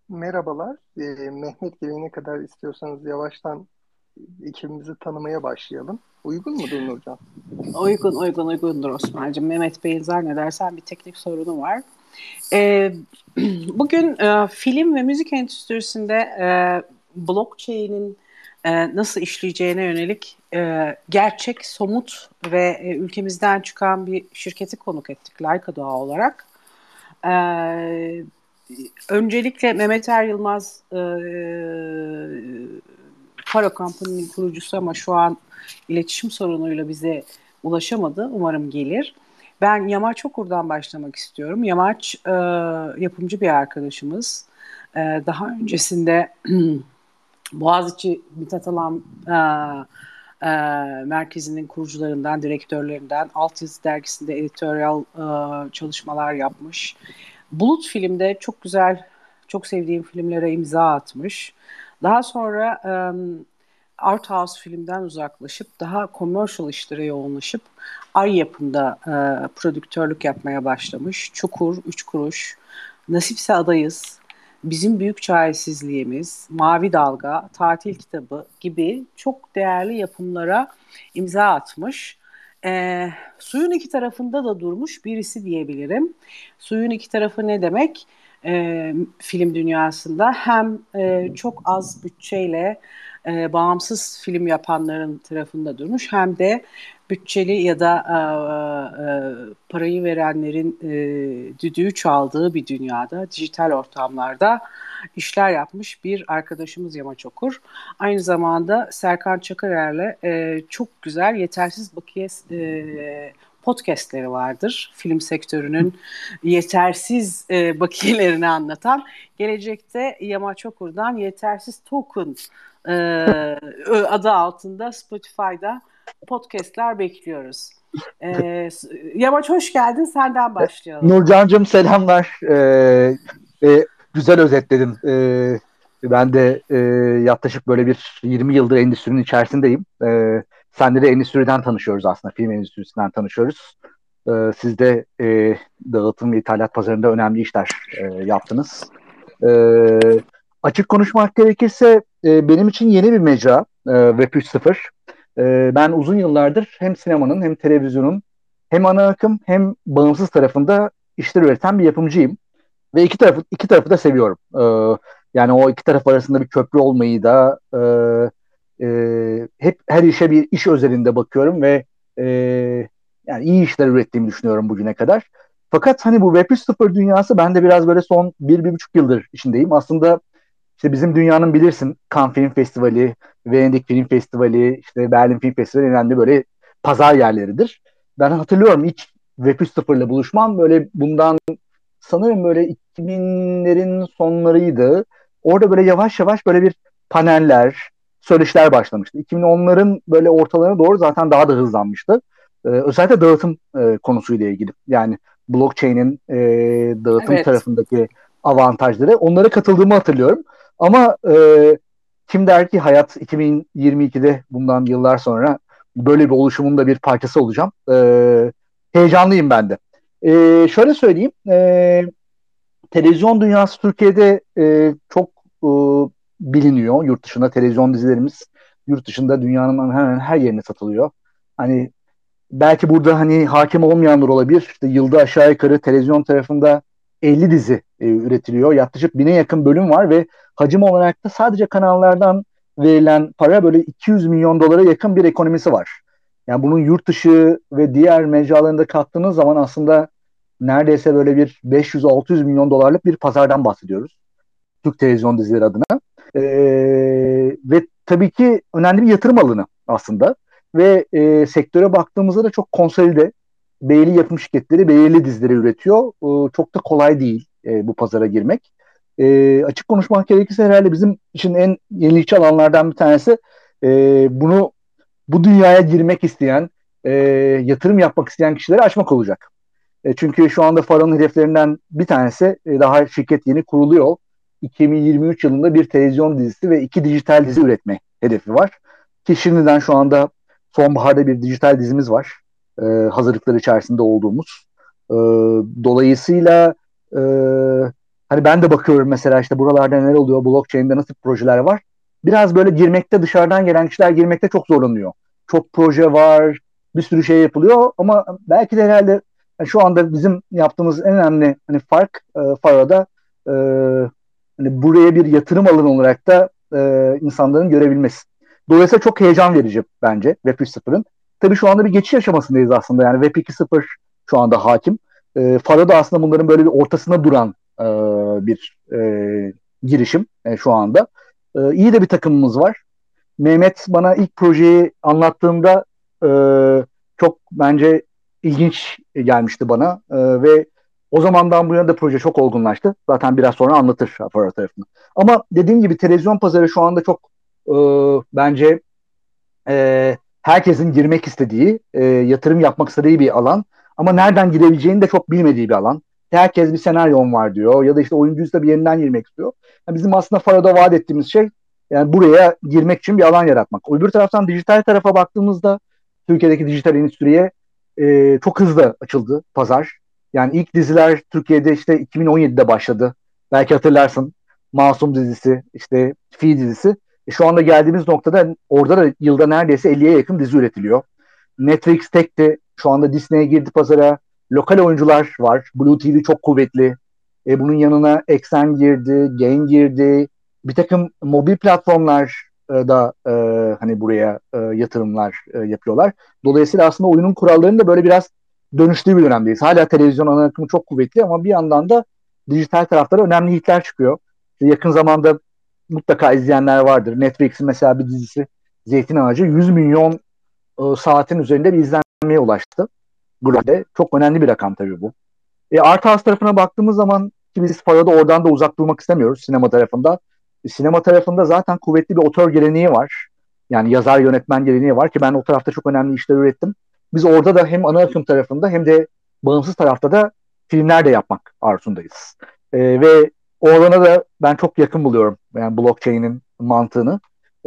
Merhabalar. Mehmet gelene kadar istiyorsanız yavaştan ekibimizi tanımaya başlayalım. Uygun mudur Nurcan? Uygundur Osman'cığım. Mehmet Bey'in zannedersen bir teknik sorunu var. Ee, Bugün film ve müzik endüstrisinde blockchain'in nasıl işleyeceğine yönelik gerçek, somut ve ülkemizden çıkan bir şirketi konuk ettik Leica Doğa olarak. Ee, Öncelikle Mehmet Er Yılmaz Faro Company'nin kurucusu ama şu an iletişim sorunuyla bize ulaşamadı. Umarım gelir. Ben Yamaç Okur'dan başlamak istiyorum. Yamaç yapımcı bir arkadaşımız. Daha öncesinde Boğaziçi Mithat Alan e, merkezinin kurucularından, direktörlerinden, Alt Yazı Dergisi'nde editoryal çalışmalar yapmış. Bulut filmde çok güzel, çok sevdiğim filmlere imza atmış. Daha sonra art house filmden uzaklaşıp daha commercial işlere yoğunlaşıp Ay Yapım'da prodüktörlük yapmaya başlamış. Çukur, Üç Kuruş, Nasipse Adayız, Bizim Büyük Çaresizliğimiz, Mavi Dalga, Tatil Kitabı gibi çok değerli yapımlara imza atmış. Suyun iki tarafında da durmuş birisi diyebilirim. Suyun iki tarafı ne demek? Film dünyasında hem çok az bütçeyle bağımsız film yapanların tarafında durmuş hem de bütçeli ya da parayı verenlerin düdüğü çaldığı bir dünyada, dijital ortamlarda işler yapmış bir arkadaşımız Yamaç Okur. Aynı zamanda Serkan Çakırer'le çok güzel Yetersiz Bakiye podcastleri vardır. Film sektörünün yetersiz bakiyelerini anlatan. Gelecekte Yamaç Okur'dan Yetersiz Token e, adı altında Spotify'da podcastler bekliyoruz. Yamaç hoş geldin. Senden başlayalım. Nurcancığım selamlar. Güzel özetledin. Ben de yaklaşık böyle bir 20 yıldır endüstrinin içerisindeyim. Senle de endüstriden tanışıyoruz aslında. Film endüstrisinden tanışıyoruz. Siz de dağıtım ve ithalat pazarında önemli işler yaptınız. Açık konuşmak gerekirse benim için yeni bir mecra Web 3.0. Ben uzun yıllardır hem sinemanın hem televizyonun hem ana akım hem bağımsız tarafında işler üreten bir yapımcıyım. Ve iki tarafı da seviyorum. Yani o iki taraf arasında bir köprü olmayı da hep her işe bir iş özelinde bakıyorum ve e, yani iyi işler ürettiğimi düşünüyorum bugüne kadar. Fakat hani bu Web 3.0 dünyası ben de biraz böyle son 1,5 yıldır içindeyim. Aslında işte bizim dünyanın bilirsin Cannes Film Festivali, Venedik Film Festivali, işte Berlin Film Festivali önemli böyle pazar yerleridir. Ben hatırlıyorum ilk Web 3.0 ile buluşmam böyle bundan sanırım böyle 2000'lerin sonlarıydı. Orada böyle yavaş yavaş böyle bir paneller, söyleşiler başlamıştı. 2010'ların böyle ortalarına doğru zaten daha da hızlanmıştı. Özellikle dağıtım konusuyla ilgili. Yani blockchain'in dağıtım Evet. tarafındaki avantajları. Onlara katıldığımı hatırlıyorum. Ama kim der ki hayat 2022'de bundan yıllar sonra böyle bir oluşumun da bir parçası olacağım. Heyecanlıyım ben de. Şöyle söyleyeyim. Televizyon dünyası Türkiye'de çok e, biliniyor. Yurt dışında televizyon dizilerimiz yurt dışında dünyanın hemen her yerine satılıyor. Hani belki burada hani hakim olmayanlar olabilir. İşte yılda aşağı yukarı televizyon tarafında 50 dizi üretiliyor. Yaklaşık 1000'e yakın bölüm var ve hacim olarak da sadece kanallardan verilen para böyle 200 milyon dolara yakın bir ekonomisi var. Yani bunun yurt dışı ve diğer mecralarında kattığınız zaman aslında neredeyse böyle bir 500-600 milyon dolarlık bir pazardan bahsediyoruz. Türk televizyon dizileri adına. Ve tabii ki önemli bir yatırım alanı aslında. Ve sektöre baktığımızda da çok konsolide, belirli yapım şirketleri belirli dizileri üretiyor. Çok da kolay değil bu pazara girmek. Açık konuşmak gerekirse herhalde bizim için en yenilikçi alanlardan bir tanesi bunu bu dünyaya girmek isteyen, e, yatırım yapmak isteyen kişileri açmak olacak. Çünkü şu anda Faro'nun hedeflerinden bir tanesi daha şirket yeni kuruluyor. 2023 yılında bir televizyon dizisi ve 2 dijital dizi üretme hedefi var. Ki şimdiden şu anda sonbaharda bir dijital dizimiz var. Hazırlıklar içerisinde olduğumuz. E, Dolayısıyla e, Hani ben de bakıyorum mesela işte buralarda neler oluyor, blockchain'de nasıl projeler var. Biraz böyle girmekte, dışarıdan gelen kişiler girmekte çok zorlanıyor. Çok proje var, bir sürü şey yapılıyor ama belki de herhalde şu anda bizim yaptığımız en önemli hani fark Faro'da e, hani buraya bir yatırım alanı olarak da insanların görebilmesi. Dolayısıyla çok heyecan verici bence Web 3.0'ın. Tabii şu anda bir geçiş aşamasındayız aslında. Yani Web 2.0 şu anda hakim. Faro da aslında bunların böyle bir ortasında duran bir girişim şu anda. İyi de bir takımımız var. Mehmet bana ilk projeyi anlattığında e, çok bence ilginç gelmişti bana ve o zamandan bu yana da proje çok olgunlaştı. Zaten biraz sonra anlatır Faro tarafını. Ama dediğim gibi televizyon pazarı şu anda çok bence herkesin girmek istediği, yatırım yapmak istediği bir alan. Ama nereden girebileceğini de çok bilmediği bir alan. Herkes bir senaryom var diyor ya da işte oyuncuysa da bir yerinden girmek istiyor. Yani bizim aslında Faro'da vaat ettiğimiz şey yani buraya girmek için bir alan yaratmak. Öbür taraftan dijital tarafa baktığımızda Türkiye'deki dijital endüstriye çok hızlı açıldı pazar. Yani ilk diziler Türkiye'de işte 2017'de başladı. Belki hatırlarsın. Masum dizisi, işte Fi dizisi. Şu anda geldiğimiz noktada orada da yılda neredeyse 50'ye yakın dizi üretiliyor. Netflix tekti. Şu anda Disney'e girdi pazara. Lokal oyuncular var. Blue TV çok kuvvetli. Bunun yanına Exxen girdi, Gain girdi. Bir takım mobil platformlar da hani buraya yatırımlar yapıyorlar. Dolayısıyla aslında oyunun kurallarının da böyle biraz dönüştüğü bir dönemdeyiz. Hala televizyon ana akımı çok kuvvetli ama bir yandan da dijital taraflara önemli hitler çıkıyor. Yakın zamanda mutlaka izleyenler vardır. Netflix'in mesela bir dizisi Zeytin Ağacı 100 milyon saatin üzerinde bir izlenmeye ulaştı. Globalde. Çok önemli bir rakam tabii bu. Art House tarafına baktığımız zaman ki biz Faro'da oradan da uzak durmak istemiyoruz sinema tarafında. Sinema tarafında zaten kuvvetli bir otör geleneği var. Yani yazar yönetmen geleneği var ki ben o tarafta çok önemli işler ürettim. Biz orada da hem ana akım tarafında hem de bağımsız tarafta da filmler de yapmak arzusundayız. Ve o alana da ben çok yakın buluyorum. Yani blockchain'in mantığını.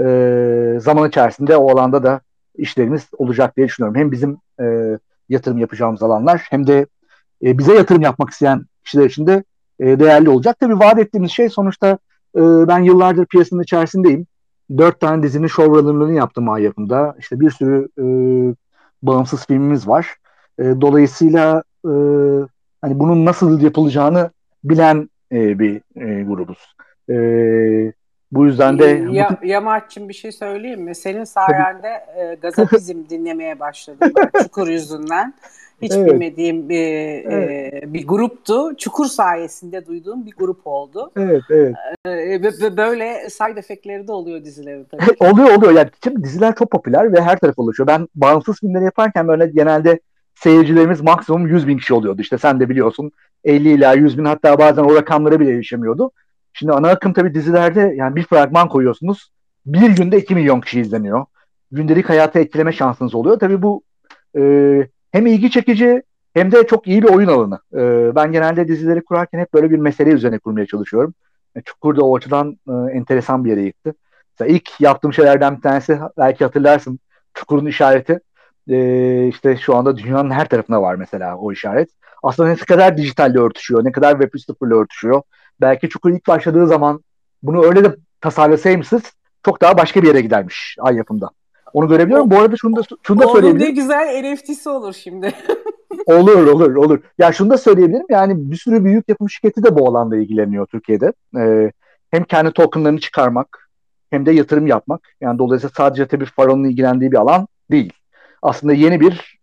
Zaman içerisinde o alanda da işlerimiz olacak diye düşünüyorum. Hem bizim yatırım yapacağımız alanlar hem de bize yatırım yapmak isteyen kişiler için de değerli olacak. Tabii vaat ettiğimiz şey sonuçta ben yıllardır piyasanın içerisindeyim. 4 tane dizinin showrunner'lığını yaptım ay yapımda. İşte bir sürü bağımsız filmimiz var. Dolayısıyla hani bunun nasıl yapılacağını bilen bir grubuz. E, Bu yüzden de Yamaç'cığım bir şey söyleyeyim mi? Senin tabii sayende Gazapizm dinlemeye başladım ben Çukur yüzünden. Hiç evet, bilmediğim evet, bir gruptu. Çukur sayesinde duyduğum bir grup oldu. evet, evet. Böyle side efektleri de oluyor dizilerin tabii ki. Oluyor. Yani şimdi diziler çok popüler ve her tarafa ulaşıyor. Ben bağımsız filmleri yaparken böyle genelde seyircilerimiz maksimum 100 bin kişi oluyordu. İşte sen de biliyorsun 50 ila 100 bin, hatta bazen o rakamlara bile erişemiyordu. Şimdi ana akım tabii dizilerde yani bir fragman koyuyorsunuz. Bir günde 2 milyon kişi izleniyor. Gündelik hayata etkileme şansınız oluyor. Tabii bu e, hem ilgi çekici hem de çok iyi bir oyun alanı. Ben genelde dizileri kurarken hep böyle bir mesele üzerine kurmaya çalışıyorum. Çukur da o açıdan enteresan bir yere yıktı. Mesela ilk yaptığım şeylerden bir tanesi, belki hatırlarsın, Çukur'un işareti. İşte şu anda dünyanın her tarafına var mesela o işaret. Aslında ne kadar dijitalle örtüşüyor, ne kadar Web 3.0 ile örtüşüyor. Belki Çukur ilk başladığı zaman bunu öyle de tasarlasaymışız çok daha başka bir yere gidermiş ay yapımda. Onu görebiliyorum. O, Bu arada şunu da onun ne söyleyebilirim. güzel NFT'si olur şimdi. Olur. Ya şunu da söyleyebilirim. Yani bir sürü büyük yapım şirketi de bu alanda ilgileniyor Türkiye'de. Hem kendi tokenlarını çıkarmak hem de yatırım yapmak. Yani dolayısıyla sadece tabii Faro'nun ilgilendiği bir alan değil. Aslında yeni bir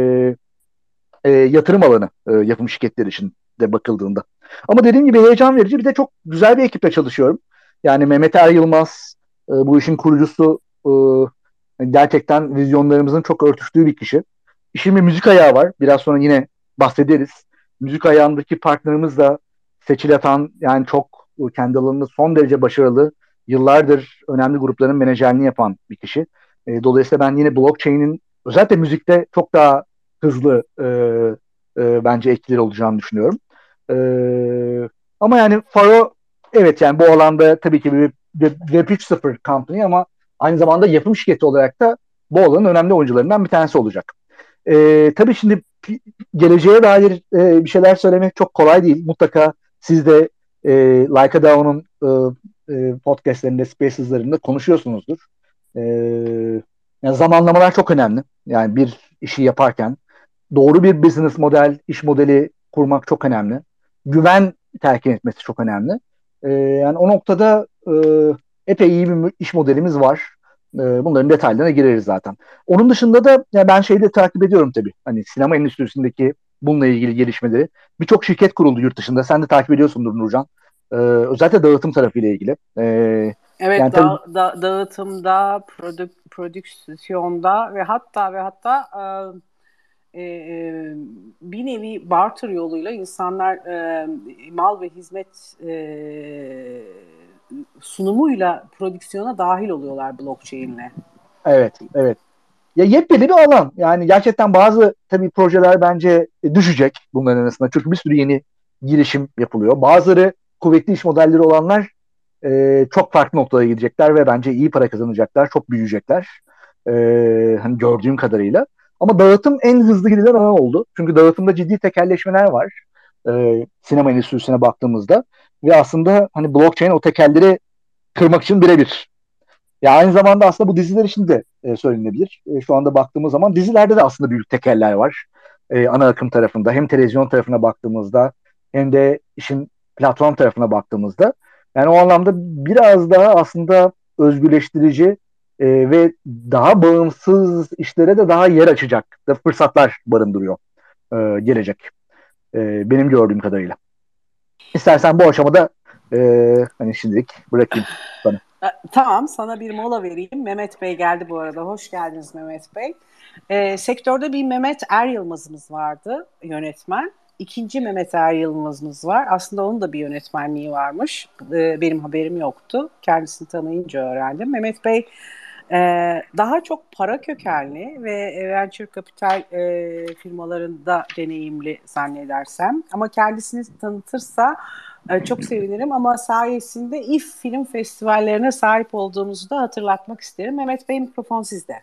yatırım alanı yapım şirketleri için de bakıldığında. Ama dediğim gibi heyecan verici. Bir de çok güzel bir ekiple çalışıyorum. Yani Mehmet Er Yılmaz bu işin kurucusu, gerçekten vizyonlarımızın çok örtüştüğü bir kişi. İşin bir müzik ayağı var. Biraz sonra yine bahsederiz. Müzik ayağındaki partnerimiz de Seçil Atan, yani çok kendi alanında son derece başarılı, yıllardır önemli grupların menajerliğini yapan bir kişi. Dolayısıyla ben yine blockchain'in özellikle müzikte çok daha hızlı bence etkileri olacağını düşünüyorum. E, Ama yani Faro, evet, yani bu alanda tabii ki bir Web 3.0 company ama aynı zamanda yapım şirketi olarak da bu alanın önemli oyuncularından bir tanesi olacak. Tabii şimdi geleceğe dair bir şeyler söylemek çok kolay değil. Mutlaka siz de Like a DAO'nun podcastlerinde, Spaces'larında konuşuyorsunuzdur. E, Yani zamanlamalar çok önemli. Yani bir işi yaparken doğru bir business model, iş modeli kurmak çok önemli. Güven telkin etmesi çok önemli. Yani o noktada epey iyi bir iş modelimiz var. Bunların detaylarına gireriz zaten. Onun dışında da ya ben şeyi de takip ediyorum tabii. Hani sinema endüstrisindeki bununla ilgili gelişmeleri. Birçok şirket kuruldu yurt dışında. Sen de takip ediyorsundur Nurcan. Özellikle dağıtım tarafıyla ilgili. Evet, Yani tabii dağıtımda, prodüksiyonda ve hatta bir nevi barter yoluyla insanlar mal ve hizmet sunumuyla prodüksiyona dahil oluyorlar blockchain'le. evet, evet. Ya yepyeni bir alan. Yani gerçekten bazı tabii projeler bence düşecek bunların arasında. Çünkü bir sürü yeni girişim yapılıyor. Bazıları kuvvetli iş modelleri olanlar çok farklı noktalara gidecekler ve bence iyi para kazanacaklar. Çok büyüyecekler. Hani gördüğüm kadarıyla. Ama dağıtım en hızlı gidilen alan oldu. Çünkü dağıtımda ciddi tekelleşmeler var. Sinema endüstrisine baktığımızda. Ve aslında hani blockchain o tekelleri kırmak için birebir. Ya aynı zamanda aslında bu diziler için de söylenebilir. Şu anda baktığımız zaman dizilerde de aslında büyük tekeller var. Ana akım tarafında hem televizyon tarafına baktığımızda hem de işin platform tarafına baktığımızda. Yani o anlamda biraz daha aslında özgürleştirici ve daha bağımsız işlere de daha yer açacak da fırsatlar barındırıyor gelecek. Benim gördüğüm kadarıyla. İstersen bu aşamada hani şimdilik bırakayım sana. Tamam, sana bir mola vereyim. Mehmet Bey geldi bu arada. Hoş geldiniz Mehmet Bey. Sektörde bir Mehmet Er Yılmaz'ımız vardı, yönetmen. İkinci Mehmet Er Yılmaz'ımız var. Aslında onun da bir yönetmenliği varmış. Benim haberim yoktu. Kendisini tanıyınca öğrendim. Mehmet Bey daha çok para kökenli ve venture kapital firmalarında deneyimli zannedersem. Ama kendisini tanıtırsa çok sevinirim, ama sayesinde İF Film Festivallerine sahip olduğumuzu da hatırlatmak isterim. Mehmet Bey, mikrofon sizde.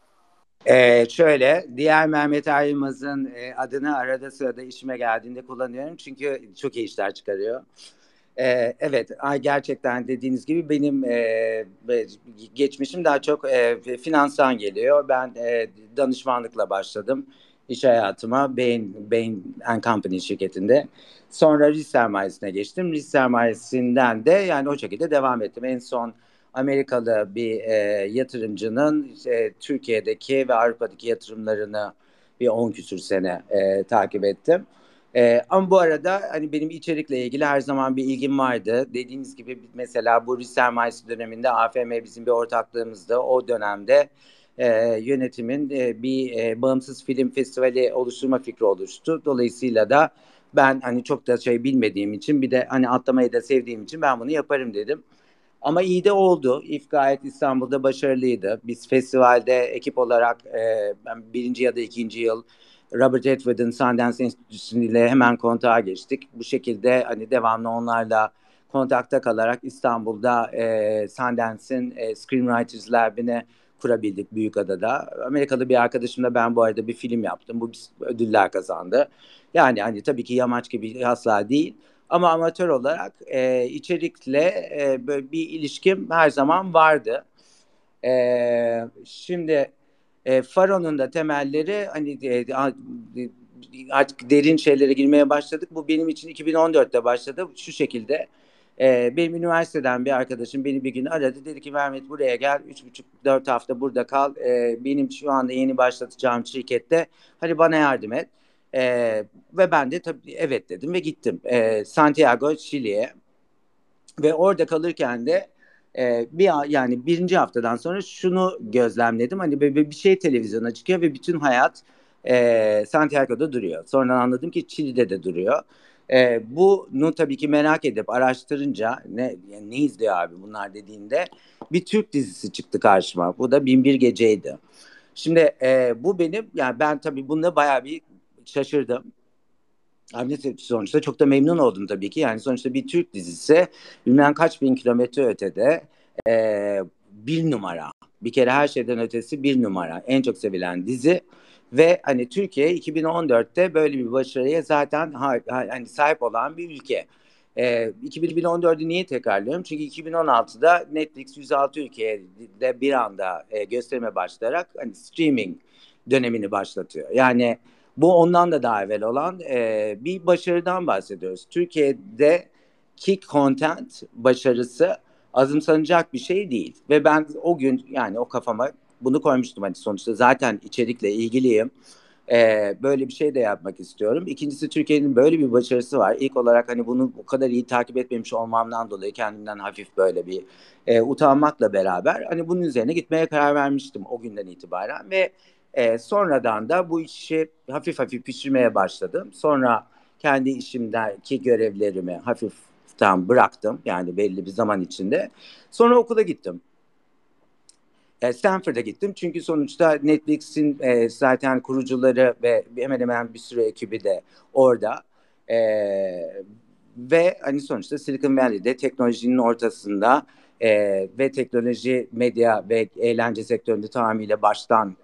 Şöyle, diğer Mehmet Aymaz'ın adını arada sırada işime geldiğinde kullanıyorum. Çünkü çok iyi işler çıkarıyor. Evet, gerçekten dediğiniz gibi benim geçmişim daha çok finanstan geliyor. Ben danışmanlıkla başladım iş hayatıma Bain Company şirketinde. Sonra risk sermayesine geçtim. Risk sermayesinden de yani o şekilde devam ettim. En son Amerikalı bir yatırımcının Türkiye'deki ve Avrupa'daki yatırımlarını bir 10 küsür sene takip ettim. Ama bu arada hani benim içerikle ilgili her zaman bir ilgim vardı. Dediğiniz gibi mesela bu risk sermayesi döneminde AFM bizim bir ortaklığımızdı. O dönemde yönetimin bir bağımsız film festivali oluşturma fikri oluştu. Dolayısıyla da ben hani çok da şey bilmediğim için bir de hani atlamayı da sevdiğim için ben bunu yaparım dedim. Ama iyi de oldu. İF gayet İstanbul'da başarılıydı. Biz festivalde ekip olarak ben birinci ya da ikinci yıl Robert Redford'un Sundance Enstitüsü'yle hemen kontağa geçtik. Bu şekilde hani devamlı onlarla kontakta kalarak İstanbul'da Sundance'in Screenwriters Lab'ini kurabildik Büyükada'da. Amerikalı bir arkadaşımla ben bu arada bir film yaptım. Bu ödüller kazandı. Yani hani tabii ki yamaç gibi asla değil. Ama amatör olarak içerikle böyle bir ilişkim her zaman vardı. Şimdi Faro'nun da temelleri hani artık derin şeylere girmeye başladık. Bu benim için 2014'te başladı. Şu şekilde benim üniversiteden bir arkadaşım beni bir gün aradı. Dedi ki Mehmet buraya gel. 3,5-4 hafta burada kal. Benim şu anda yeni başlatacağım şirkette. Hadi bana yardım et. Ve ben de tabii evet dedim ve gittim. Santiago, Şili'ye. Ve orada kalırken de yani birinci haftadan sonra şunu gözlemledim. Hani bir şey televizyona çıkıyor ve bütün hayat Santiago'da duruyor. Sonra anladım ki Çili'de de duruyor. Bunu tabii ki merak edip araştırınca yani ne izliyor abi bunlar dediğinde bir Türk dizisi çıktı karşıma. Bu da Binbir Gece'ydi. Şimdi bu benim yani ben tabii bunda bayağı bir şaşırdım. Abi sonuçta çok da memnun oldum tabii ki. Yani sonuçta bir Türk dizisi bilmem kaç bin kilometre ötede bir numara. Bir kere her şeyden ötesi bir numara. En çok sevilen dizi. Ve hani Türkiye 2014'te böyle bir başarıya zaten hani sahip olan bir ülke. 2014'ü niye tekrarlıyorum? Çünkü 2016'da Netflix 106 ülkeye de bir anda gösterime başlayarak hani streaming dönemini başlatıyor. Yani bu ondan da daha evvel olan bir başarıdan bahsediyoruz. Türkiye'deki content başarısı azımsanacak bir şey değil. Ve ben o gün yani o kafama bunu koymuştum. Hani sonuçta zaten içerikle ilgiliyim. Böyle bir şey de yapmak istiyorum. İkincisi Türkiye'nin böyle bir başarısı var. İlk olarak hani bunu bu kadar iyi takip etmemiş olmamdan dolayı kendimden hafif böyle bir utanmakla beraber hani bunun üzerine gitmeye karar vermiştim o günden itibaren ve sonradan da bu işi hafif hafif pişirmeye başladım. Sonra kendi işimdeki görevlerimi hafiften bıraktım yani belli bir zaman içinde. Sonra okula gittim. Stanford'a gittim çünkü sonuçta Netflix'in zaten kurucuları ve hemen hemen bir sürü ekibi de orada. E, Ve hani sonuçta Silicon Valley'de teknolojinin ortasında ve teknoloji, medya ve eğlence sektöründe tamamıyla baştan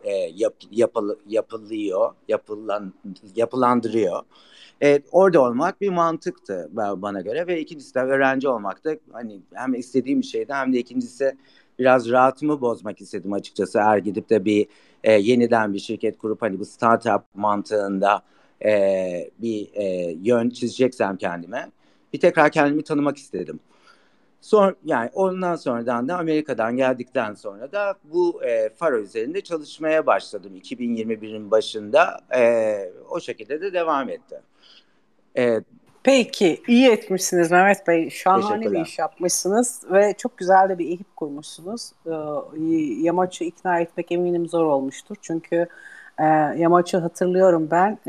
yapılandırıyor. Orada olmak bir mantıktı bana göre ve ikincisi de öğrenci olmak da hani hem istediğim bir şeydi hem de ikincisi biraz rahatımı bozmak istedim açıkçası. Eğer gidip de bir yeniden bir şirket kurup hani bu startup mantığında bir yön çizeceksem kendime bir tekrar kendimi tanımak istedim. Yani ondan sonradan da Amerika'dan geldikten sonra da bu Faro üzerinde çalışmaya başladım 2021'in başında. O şekilde de devam etti. Peki, iyi etmişsiniz Mehmet Bey. Şahane bir Teşekkürler. iş yapmışsınız ve çok güzel de bir ekip kurmuşsunuz. Yamaç'ı ikna etmek eminim zor olmuştur. Çünkü Yamaç'ı hatırlıyorum ben.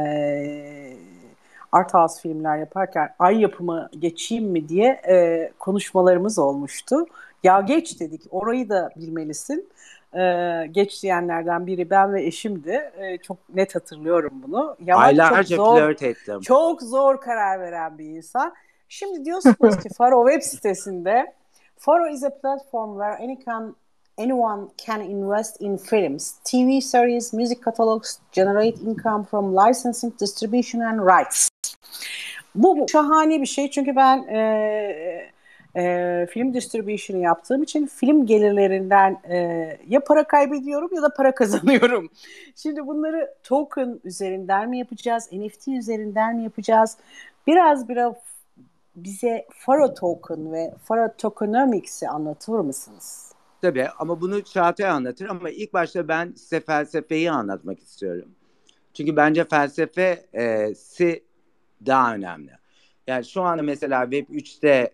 Art House filmler yaparken ay yapımı geçeyim mi diye konuşmalarımız olmuştu. Ya geç dedik, orayı da bilmelisin. Geç diyenlerden biri ben ve eşimdi. Çok net hatırlıyorum bunu. Yamaç Aylarca flört ettim. çok zor karar veren bir insan. Şimdi diyorsunuz ki Faro web sitesinde Faro is a platform where anyone can invest in films, TV series, music catalogs, generate income from licensing, distribution and rights. Bu şahane bir şey çünkü ben film distribution'ı yaptığım için film gelirlerinden ya para kaybediyorum ya da para kazanıyorum. Şimdi bunları token üzerinden mi yapacağız, NFT üzerinden mi yapacağız? Biraz bize Faro Token ve Faro Tokenomics'i anlatır mısınız? Tabii ama bunu Çağatay anlatır ama ilk başta ben size felsefeyi anlatmak istiyorum. Çünkü bence felsefesi daha önemli. Yani şu anda mesela Web 3'te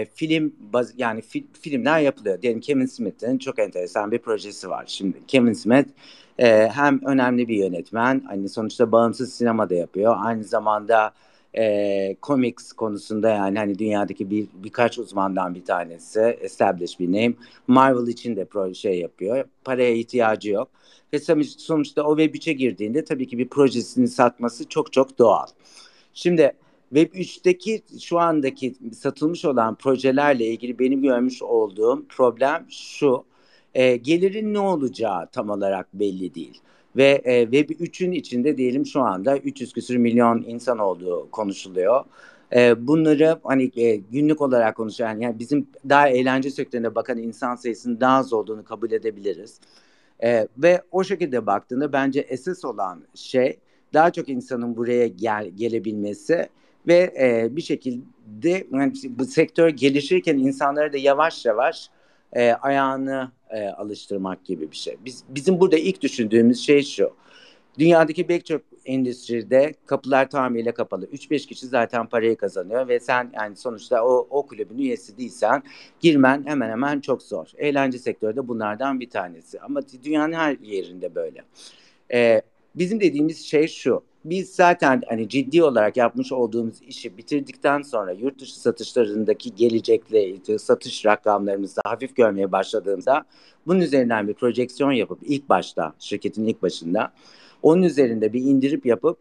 filmler yapılıyor. Diyelim Kevin Smith'in çok enteresan bir projesi var. Şimdi Kevin Smith hem önemli bir yönetmen, hani sonuçta bağımsız sinema da yapıyor. Aynı zamanda comics konusunda yani hani dünyadaki birkaç uzmandan bir tanesi, established bir name. Marvel için de yapıyor. Paraya ihtiyacı yok. Ve sonuçta o Web3'e girdiğinde tabii ki bir projesini satması çok çok doğal. Şimdi Web3'teki şu andaki satılmış olan projelerle ilgili benim görmüş olduğum problem şu. Gelirin ne olacağı tam olarak belli değil. Ve Web3'ün içinde diyelim şu anda 300 küsur milyon insan olduğu konuşuluyor. Bunları hani günlük olarak konuşan yani bizim daha eğlence sektörüne bakan insan sayısının daha az olduğunu kabul edebiliriz. Ve o şekilde baktığında bence esas olan şey daha çok insanın buraya gelebilmesi ve bir şekilde yani bu sektör gelişirken insanlara da yavaş yavaş ayağını alıştırmak gibi bir şey. Bizim burada ilk düşündüğümüz şey şu. Dünyadaki pek çok endüstride kapılar tamamıyla kapalı. 3-5 kişi zaten parayı kazanıyor ve sen yani sonuçta o kulübün üyesi değilsen girmen hemen hemen çok zor. Eğlence sektörü de bunlardan bir tanesi. Ama dünyanın her yerinde böyle. Bizim dediğimiz şey şu. Biz zaten hani ciddi olarak yapmış olduğumuz işi bitirdikten sonra yurt dışı satışlarındaki gelecekle satış rakamlarımızı hafif görmeye başladığımızda bunun üzerinden bir projeksiyon yapıp şirketin ilk başında onun üzerinde bir indirip yapıp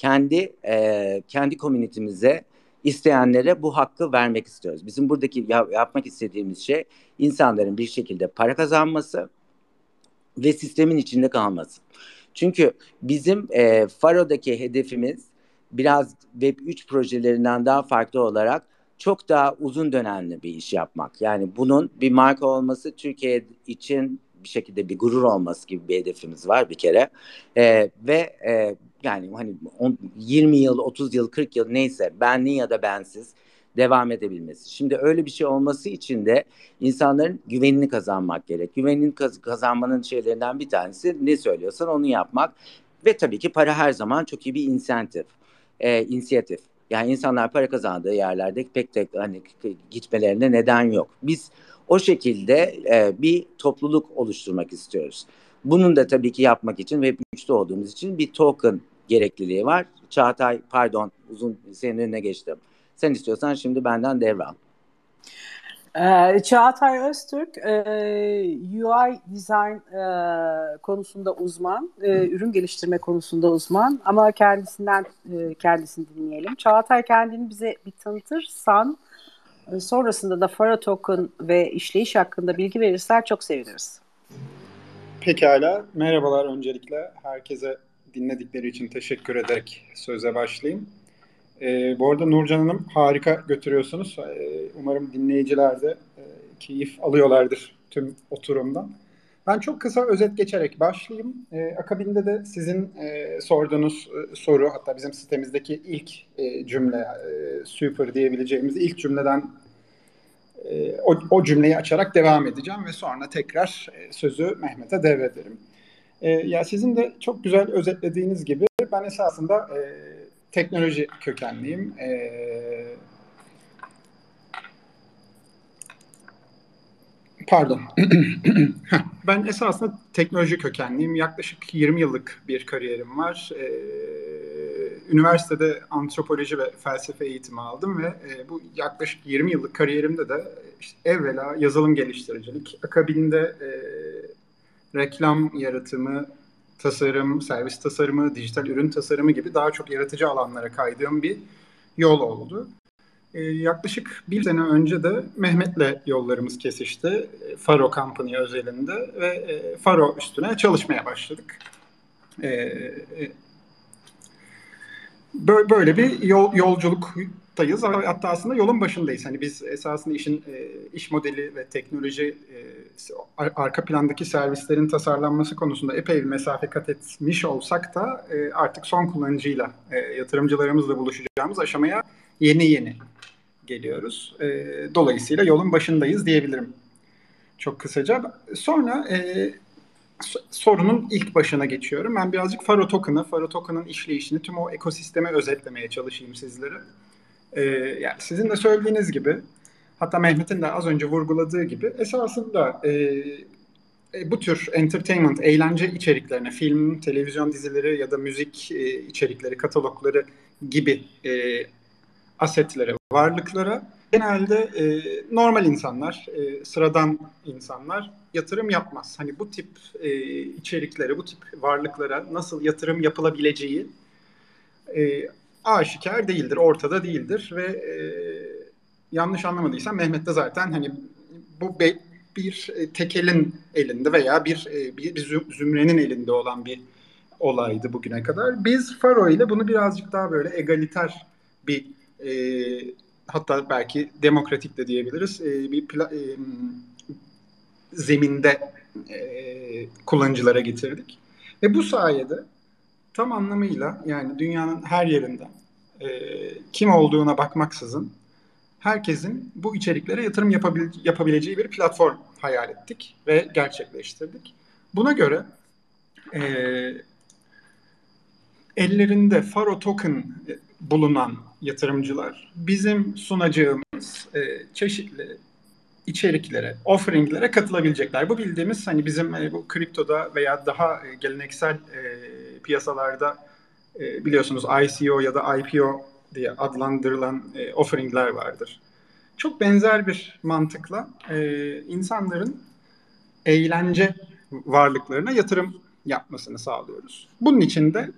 kendi komünitemize isteyenlere bu hakkı vermek istiyoruz. Bizim buradaki yapmak istediğimiz şey insanların bir şekilde para kazanması ve sistemin içinde kalması. Çünkü bizim Faro'daki hedefimiz biraz Web3 projelerinden daha farklı olarak çok daha uzun dönemli bir iş yapmak. Yani bunun bir marka olması Türkiye için bir şekilde bir gurur olması gibi bir hedefimiz var bir kere. Yani hani 20 yıl, 30 yıl, 40 yıl neyse benli ya da bensiz devam edebilmesi. Şimdi öyle bir şey olması için de insanların güvenini kazanmak gerek. Güvenini kazanmanın şeylerinden bir tanesi ne söylüyorsan onu yapmak ve tabii ki para her zaman çok iyi bir inisiyatif. Yani insanlar para kazandığı yerlerde pek tek hani gitmelerine neden yok. Biz o şekilde bir topluluk oluşturmak istiyoruz. Bunun da tabii ki yapmak için ve güçlü olduğumuz için bir token gerekliliği var. Çağatay, pardon, senin önüne geçtim. Sen istiyorsan şimdi benden devral. Çağatay Öztürk UI design konusunda uzman, ürün geliştirme konusunda uzman ama kendisini dinleyelim. Çağatay, kendini bize bir tanıtırsan sonrasında da Faro Token ve işleyiş hakkında bilgi verirsen çok seviniriz. Pekala, merhabalar öncelikle. Herkese dinledikleri için teşekkür ederek söze başlayayım. Bu arada Nurcan Hanım harika götürüyorsunuz. Umarım dinleyiciler de keyif alıyorlardır tüm oturumdan. Ben çok kısa özet geçerek başlayayım. Akabinde de sizin sorduğunuz soru, hatta bizim sitemizdeki ilk cümle, super diyebileceğimiz ilk cümleden o cümleyi açarak devam edeceğim ve sonra tekrar sözü Mehmet'e devrederim. Ya sizin de çok güzel özetlediğiniz gibi ben esasında teknoloji kökenliyim. Pardon. Ben esasında teknoloji kökenliyim. Yaklaşık 20 yıllık bir kariyerim var. Üniversitede antropoloji ve felsefe eğitimi aldım ve bu yaklaşık 20 yıllık kariyerimde de işte evvela yazılım geliştiricilik, akabinde reklam yaratımı, tasarım, servis tasarımı, dijital ürün tasarımı gibi daha çok yaratıcı alanlara kaydığım bir yol oldu. Yaklaşık bir sene önce de Mehmet'le yollarımız kesişti. Faro Company özelinde ve Faro üstüne çalışmaya başladık. Böyle bir yolculuktayız. Hatta aslında yolun başındayız. Hani biz esasında işin iş modeli ve teknoloji arka plandaki servislerin tasarlanması konusunda epey bir mesafe kat etmiş olsak da artık son kullanıcıyla, yatırımcılarımızla buluşacağımız aşamaya yeni geliyoruz. Dolayısıyla yolun başındayız diyebilirim. Çok kısaca. Sonra sorunun ilk başına geçiyorum. Ben birazcık Faro Token'ın işleyişini, tüm o ekosisteme özetlemeye çalışayım sizlere. Yani sizin de söylediğiniz gibi, hatta Mehmet'in de az önce vurguladığı gibi esasında bu tür entertainment, eğlence içeriklerine, film, televizyon dizileri ya da müzik içerikleri, katalogları gibi asetlere, varlıklara genelde normal insanlar, sıradan insanlar yatırım yapmaz. Hani bu tip içeriklere, bu tip varlıklara nasıl yatırım yapılabileceği aşikar değildir, ortada değildir ve yanlış anlamadıysam Mehmet de zaten hani bu bir tekelin elinde veya bir zümrenin elinde olan bir olaydı bugüne kadar. Biz Faro ile bunu birazcık daha böyle egaliter bir hatta belki demokratik de diyebiliriz bir zeminde kullanıcılara getirdik. Ve bu sayede tam anlamıyla yani dünyanın her yerinden kim olduğuna bakmaksızın herkesin bu içeriklere yatırım yapabileceği bir platform hayal ettik ve gerçekleştirdik. Buna göre ellerinde Faro Token bulunan yatırımcılar bizim sunacağımız çeşitli içeriklere, offeringlere katılabilecekler. Bu bildiğimiz hani bizim bu kriptoda veya daha geleneksel piyasalarda biliyorsunuz ICO ya da IPO diye adlandırılan offeringler vardır. Çok benzer bir mantıkla insanların eğlence varlıklarına yatırım yapmasını sağlıyoruz. Bunun için de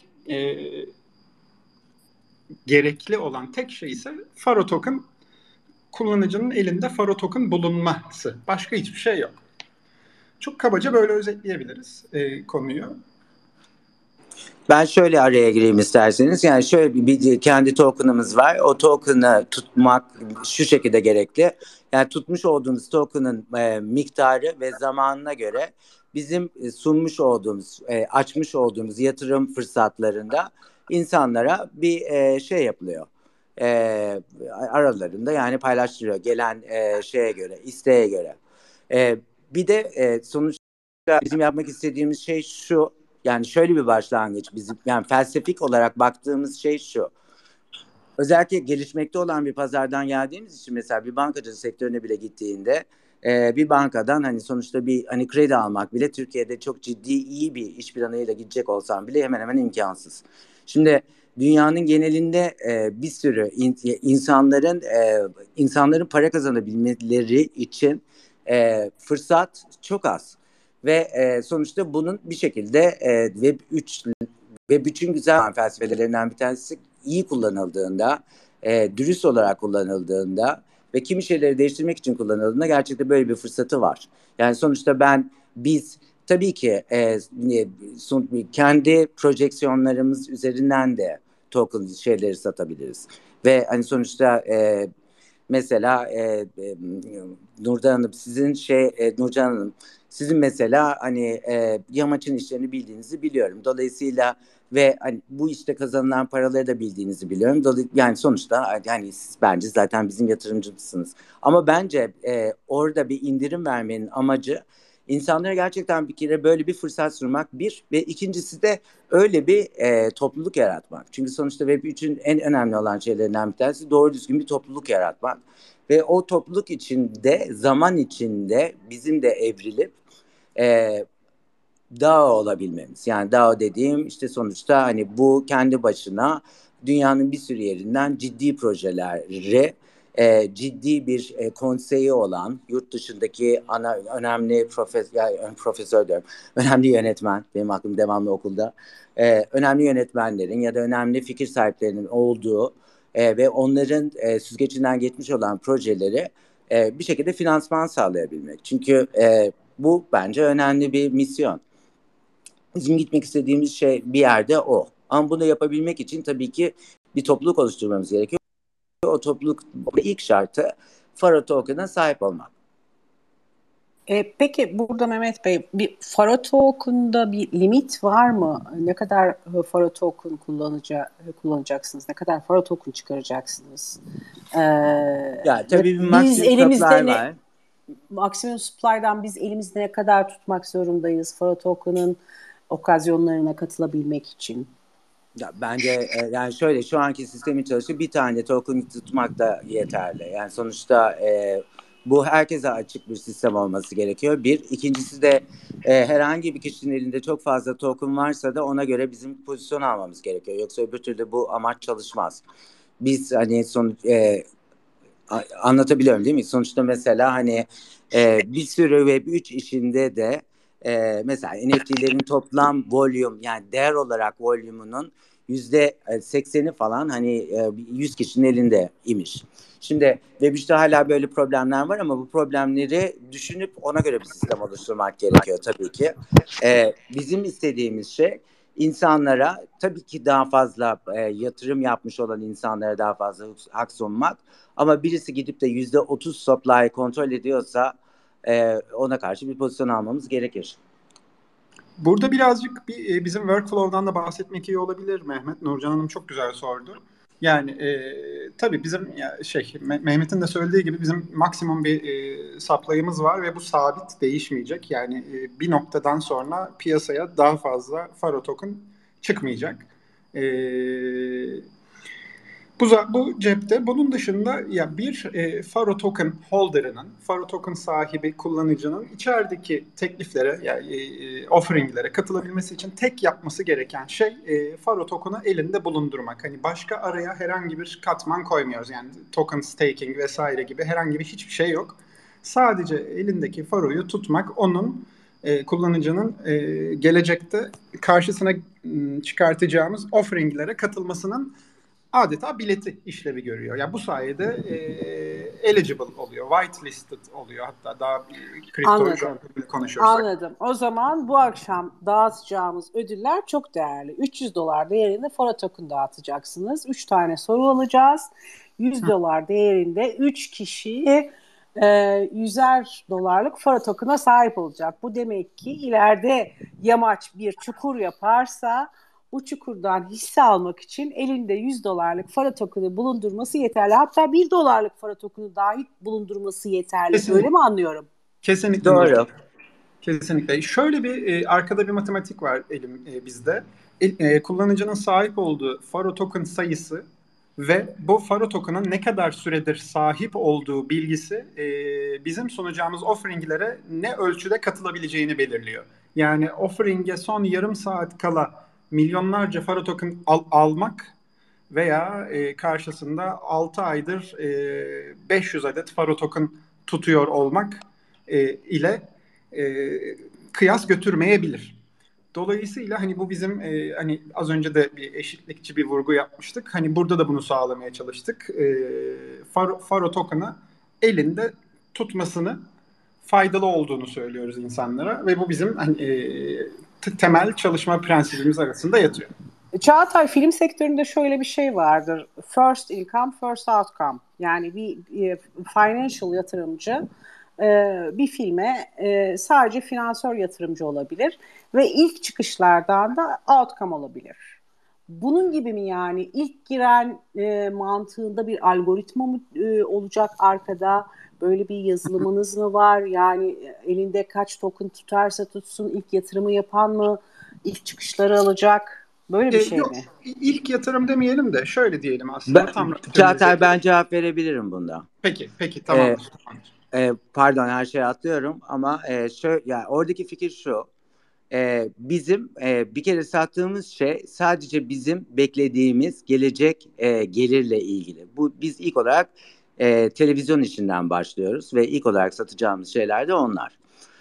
gerekli olan tek şey ise Faro Token, kullanıcının elinde Faro Token bulunması. Başka hiçbir şey yok. Çok kabaca böyle özetleyebiliriz konuyu. Ben şöyle araya gireyim isterseniz. Yani şöyle bir kendi token'ımız var. O token'ı tutmak şu şekilde gerekli. Yani tutmuş olduğumuz token'ın miktarı ve zamanına göre bizim sunmuş olduğumuz, açmış olduğumuz yatırım fırsatlarında insanlara bir şey yapılıyor. Aralarında yani paylaştırıyor gelen şeye göre, isteğe göre. Bir de sonuçta bizim yapmak istediğimiz şey şu. Yani şöyle bir başlangıç bizim yani felsefik olarak baktığımız şey şu. Özellikle gelişmekte olan bir pazardan geldiğimiz için mesela bir bankacılık sektörüne bile gittiğinde bir bankadan hani sonuçta bir hani kredi almak bile Türkiye'de çok ciddi iyi bir iş planıyla gidecek olsam bile hemen hemen imkansız. Şimdi dünyanın genelinde bir sürü insanların para kazanabilmeleri için fırsat çok az. Ve sonuçta bunun bir şekilde Web3 ve bütün güzel felsefelerinden bir tanesi iyi kullanıldığında, dürüst olarak kullanıldığında ve kimi şeyleri değiştirmek için kullanıldığında gerçekten böyle bir fırsatı var. Yani sonuçta biz tabii ki kendi projeksiyonlarımız üzerinden de token şeyleri satabiliriz. Ve hani sonuçta mesela Nurcan Hanım Nurcan Hanım sizin mesela hani yamaçın işlerini bildiğinizi biliyorum. Dolayısıyla ve hani bu işte kazanılan paraları da bildiğinizi biliyorum. Yani sonuçta yani siz bence zaten bizim yatırımcımsınız. Ama bence orada bir indirim vermenin amacı insanlara gerçekten bir kere böyle bir fırsat sunmak bir ve ikincisi de öyle bir topluluk yaratmak. Çünkü sonuçta Web3'ün en önemli olan şeylerinden bir tanesi doğru düzgün bir topluluk yaratmak. Ve o topluluk içinde zaman içinde bizim de evrilip DAO olabilmemiz. Yani DAO dediğim işte sonuçta hani bu kendi başına dünyanın bir sürü yerinden ciddi projeleri ciddi bir konseyi olan yurt dışındaki önemli profesör diyorum, önemli yönetmen benim aklım devamlı okulda önemli yönetmenlerin ya da önemli fikir sahiplerinin olduğu ve onların süzgecinden geçmiş olan projeleri bir şekilde finansman sağlayabilmek. Çünkü bu bence önemli bir misyon. Bizim gitmek istediğimiz şey bir yerde o. Ama bunu yapabilmek için tabii ki bir topluluk oluşturmamız gerekiyor. O topluluk ilk şartı Faro Token'a sahip olmak. Peki burada Mehmet Bey bir Faro Token'da bir limit var mı? Ne kadar Faro Token kullanacaksınız? Ne kadar Faro Token çıkaracaksınız? Ya tabii bir Biz maksimum elimizde supply var. Maksimum supply'dan biz elimizde ne kadar tutmak zorundayız Faro Token'ın okazyonlarına katılabilmek için? Ya bence yani şöyle şu anki sistemin çalışıyor bir tane token tutmak da yeterli. Yani sonuçta bu herkese açık bir sistem olması gerekiyor. Bir. İkincisi de herhangi bir kişinin elinde çok fazla token varsa da ona göre bizim pozisyon almamız gerekiyor. Yoksa öbür türlü bu amaç çalışmaz. Biz hani anlatabiliyorum değil mi? Sonuçta mesela hani bir sürü Web3 işinde de mesela NFT'lerin toplam volume yani değer olarak volumunun %80'i falan hani 100 kişinin elinde imiş. Şimdi Web3'te hala böyle problemler var ama bu problemleri düşünüp ona göre bir sistem oluşturmak gerekiyor tabii ki. Bizim istediğimiz şey insanlara tabii ki daha fazla yatırım yapmış olan insanlara daha fazla hak sunmak. Ama birisi gidip de %30 supply kontrol ediyorsa ona karşı bir pozisyon almamız gerekir. Burada birazcık bizim workflow'dan da bahsetmek iyi olabilir Mehmet. Nurcan Hanım çok güzel sordu. Yani tabii bizim Mehmet'in de söylediği gibi bizim maksimum bir supply'ımız var ve bu sabit değişmeyecek. Yani bir noktadan sonra piyasaya daha fazla Faro token çıkmayacak. Bu cepte. Bunun dışında ya bir Faro token holder'ının, Faro token sahibi kullanıcının içerideki tekliflere yani offeringlere katılabilmesi için tek yapması gereken şey Faro token'ı elinde bulundurmak. Hani başka araya herhangi bir katman koymuyoruz. Yani token staking vesaire gibi herhangi bir hiçbir şey yok. Sadece elindeki Faro'yu tutmak onun kullanıcının gelecekte karşısına çıkartacağımız offeringlere katılmasının adeta bileti işlevi görüyor. Yani bu sayede eligible oluyor, whitelisted oluyor. Hatta daha kripto Anladım. konuşursak. Anladım. O zaman bu akşam dağıtacağımız ödüller çok değerli. $300 değerinde Fora Token dağıtacaksınız. 3 tane soru alacağız. $100 değerinde 3 kişi $100'lık Fora Token'a sahip olacak. Bu demek ki ileride Yamaç bir çukur yaparsa bu çukurdan hisse almak için elinde $100'lık Fora Token'ı bulundurması yeterli. Hatta $1'lık Fora Token'ı dahi bulundurması yeterli. Kesinlikle. Öyle mi anlıyorum? Kesinlikle. Doğru. Kesinlikle. Şöyle bir arkada bir matematik var bizde. Kullanıcının sahip olduğu Faro token sayısı ve bu Faro token'ın ne kadar süredir sahip olduğu bilgisi bizim sunacağımız offering'lere ne ölçüde katılabileceğini belirliyor. Yani offering'e son yarım saat kala milyonlarca Faro token almak veya karşısında 6 aydır 500 adet Faro token tutuyor olmak ile kıyas götürmeyebilir. Dolayısıyla hani bu bizim hani az önce de bir eşitlikçi bir vurgu yapmıştık. Hani burada da bunu sağlamaya çalıştık. Faro token'ı elinde tutmasını faydalı olduğunu söylüyoruz insanlara ve bu bizim hani, temel çalışma prensibimiz arasında yatıyor. Çağatay, film sektöründe şöyle bir şey vardır. First income, first outcome. Yani bir financial yatırımcı bir filme sadece finansör yatırımcı olabilir ve ilk çıkışlardan da outcome olabilir. Bunun gibi mi yani? İlk giren mantığında bir algoritma mı olacak arkada? Böyle bir yazılımınız mı var? Yani elinde kaç token tutarsa tutsun ilk yatırımı yapan mı ilk çıkışları alacak? Böyle bir şey yok, mi? İlk yatırım demeyelim de şöyle diyelim aslında. Çağatay, ben cevap verebilirim bunda. Peki tamamdır. Pardon, her şeyi atlıyorum ama yani oradaki fikir şu. Bizim bir kere sattığımız şey sadece bizim beklediğimiz gelecek gelirle ilgili. Biz ilk olarak televizyon işinden başlıyoruz ve ilk olarak satacağımız şeyler de onlar.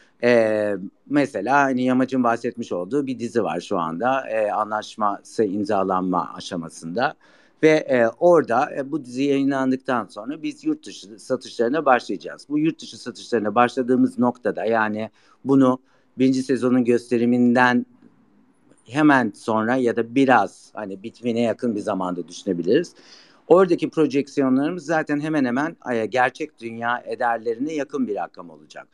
Mesela hani Yamaç'ın bahsetmiş olduğu bir dizi var şu anda, anlaşması imzalanma aşamasında ve orada bu dizi yayınlandıktan sonra biz yurt dışı satışlarına başlayacağız. Bu yurt dışı satışlarına başladığımız noktada, yani bunu birinci sezonun gösteriminden hemen sonra ya da biraz hani bitmene yakın bir zamanda düşünebiliriz. Oradaki projeksiyonlarımız zaten hemen hemen gerçek dünya ederlerine yakın bir rakam olacak.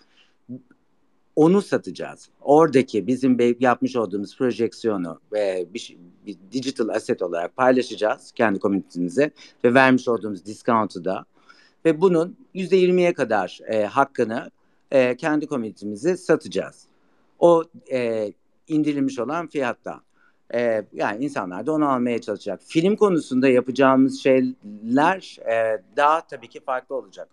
Onu satacağız. Oradaki bizim yapmış olduğumuz projeksiyonu bir digital asset olarak paylaşacağız kendi komünitemize ve vermiş olduğumuz discount'u da ve bunun %20'ye kadar hakkını kendi komünitemize satacağız. O indirilmiş olan fiyatta. Yani insanlar da onu almaya çalışacak. Film konusunda yapacağımız şeyler daha tabii ki farklı olacak.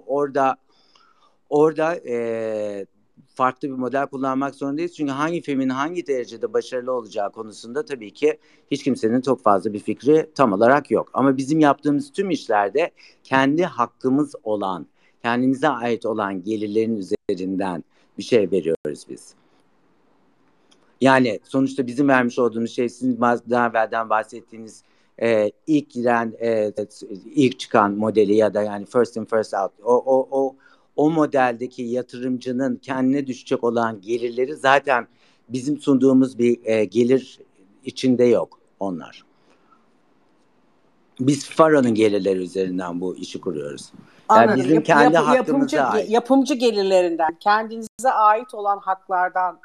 Orada farklı bir model kullanmak zorundayız. Çünkü hangi filmin hangi derecede başarılı olacağı konusunda tabii ki hiç kimsenin çok fazla bir fikri tam olarak yok. Ama bizim yaptığımız tüm işlerde kendi hakkımız olan, kendimize ait olan gelirlerin üzerinden bir şey veriyoruz biz. Yani sonuçta bizim vermiş olduğumuz şey, sizin daha evvelden bahsettiğiniz ilk giren, ilk çıkan modeli ya da yani first in first out, o modeldeki yatırımcının kendine düşecek olan gelirleri zaten bizim sunduğumuz bir gelir içinde yok onlar. Biz Faro'nun gelirleri üzerinden bu işi kuruyoruz. Yani Anladım. bizim kendi hakkımıza ait. Yapımcı gelirlerinden, kendinize ait olan haklardan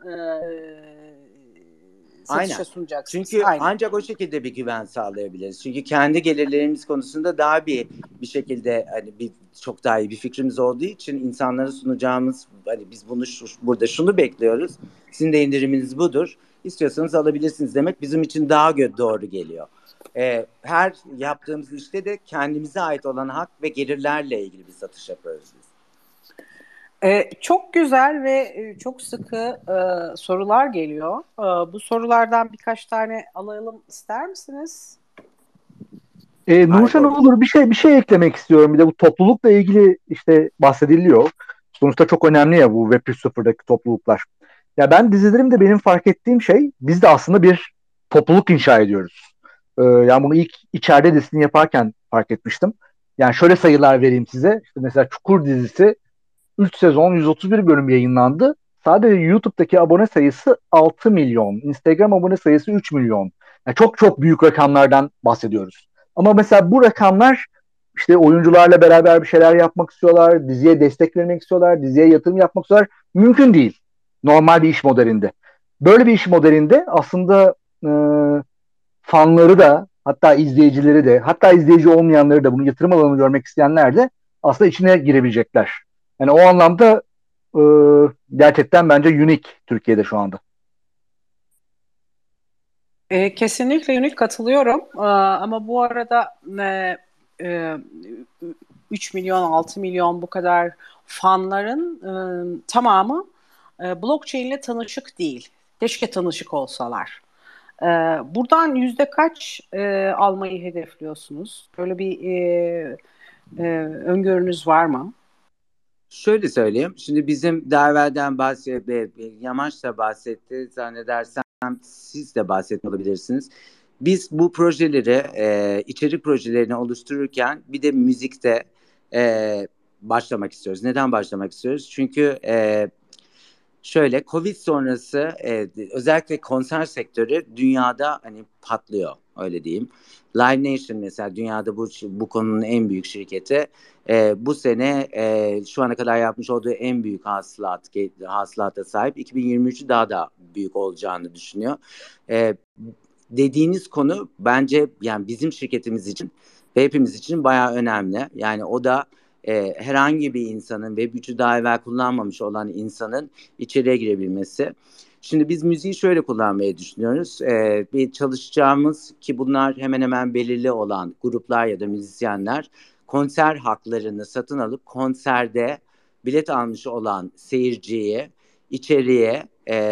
satışa sunacaksınız. Çünkü Aynen. ancak o şekilde bir güven sağlayabiliriz. Çünkü kendi gelirlerimiz konusunda daha bir şekilde hani çok daha iyi bir fikrimiz olduğu için insanlara sunacağımız, hani biz bunu burada şunu bekliyoruz. Sizin de indiriminiz budur. İstiyorsanız alabilirsiniz demek bizim için daha doğru geliyor. Her yaptığımız işte de kendimize ait olan hak ve gelirlerle ilgili bir satış yapıyoruz biz. Çok güzel ve çok sıkı sorular geliyor. Bu sorulardan birkaç tane alalım ister misiniz? Nurşen olur, bir şey eklemek istiyorum. Bir de bu toplulukla ilgili işte bahsediliyor. Sonuçta çok önemli ya bu Web 3.0'daki topluluklar. Ya ben dizilerimde benim fark ettiğim şey, biz de aslında bir topluluk inşa ediyoruz. Yani bunu ilk içeride dizisini yaparken fark etmiştim. Yani şöyle sayılar vereyim size. İşte mesela Çukur dizisi 3 sezon 131 bölüm yayınlandı. Sadece YouTube'daki abone sayısı 6 milyon. Instagram abone sayısı 3 milyon. Yani çok çok büyük rakamlardan bahsediyoruz. Ama mesela bu rakamlar işte oyuncularla beraber bir şeyler yapmak istiyorlar. Diziye destek vermek istiyorlar. Diziye yatırım yapmak istiyorlar. Mümkün değil. Normal bir iş modelinde. Böyle bir iş modelinde aslında e, fanları da hatta izleyicileri de hatta izleyici olmayanları da bunu yatırım alanı görmek isteyenler de aslında içine girebilecekler. Yani o anlamda e, gerçekten bence unique Türkiye'de şu anda. Kesinlikle unik katılıyorum. Ama bu arada e, 3 milyon 6 milyon bu kadar fanların tamamı blockchain ile tanışık değil. Keşke tanışık olsalar. Buradan yüzde kaç almayı hedefliyorsunuz? Böyle bir öngörünüz var mı? Şöyle söyleyeyim. Şimdi bizim daha evvelden Yamaç da bahsetti. Zannedersem siz de bahsetmiş olabilirsiniz. Biz bu projeleri, içerik projelerini oluştururken bir de müzikte başlamak istiyoruz. Neden başlamak istiyoruz? Çünkü şöyle Covid sonrası özellikle konser sektörü dünyada hani patlıyor öyle diyeyim. Live Nation mesela dünyada bu konunun en büyük şirketi. Bu sene şu ana kadar yapmış olduğu en büyük hasılata sahip. 2023'ü daha da büyük olacağını düşünüyor. Dediğiniz konu bence yani bizim şirketimiz için ve hepimiz için bayağı önemli. Yani o da herhangi bir insanın Web3'ü daha evvel kullanmamış olan insanın içeriye girebilmesi. Şimdi biz müziği şöyle kullanmayı düşünüyoruz. Bir çalışacağımız ki bunlar hemen hemen belirli olan gruplar ya da müzisyenler konser haklarını satın alıp konserde bilet almış olan seyirciye içeriye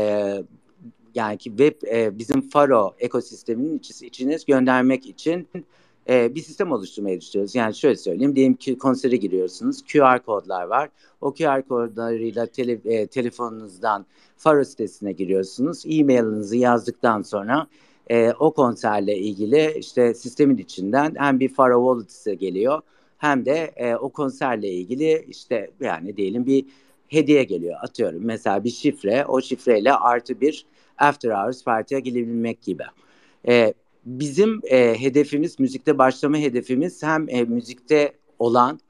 yani ki bizim Faro ekosisteminin içine göndermek için bir sistem oluşturmayı düşünüyoruz. Yani şöyle söyleyeyim, diyelim ki konsere giriyorsunuz, QR kodlar var. O QR kodlarıyla telefonunuzdan Faro sitesine giriyorsunuz. E-mailinizi yazdıktan sonra o konserle ilgili işte sistemin içinden hem bir Faro Wallet size geliyor hem de o konserle ilgili işte yani diyelim bir hediye geliyor. Atıyorum mesela bir şifre, o şifreyle artı bir After Hours partiye girebilmek gibi. Bizim hedefimiz, müzikte başlama hedefimiz hem müzikte olan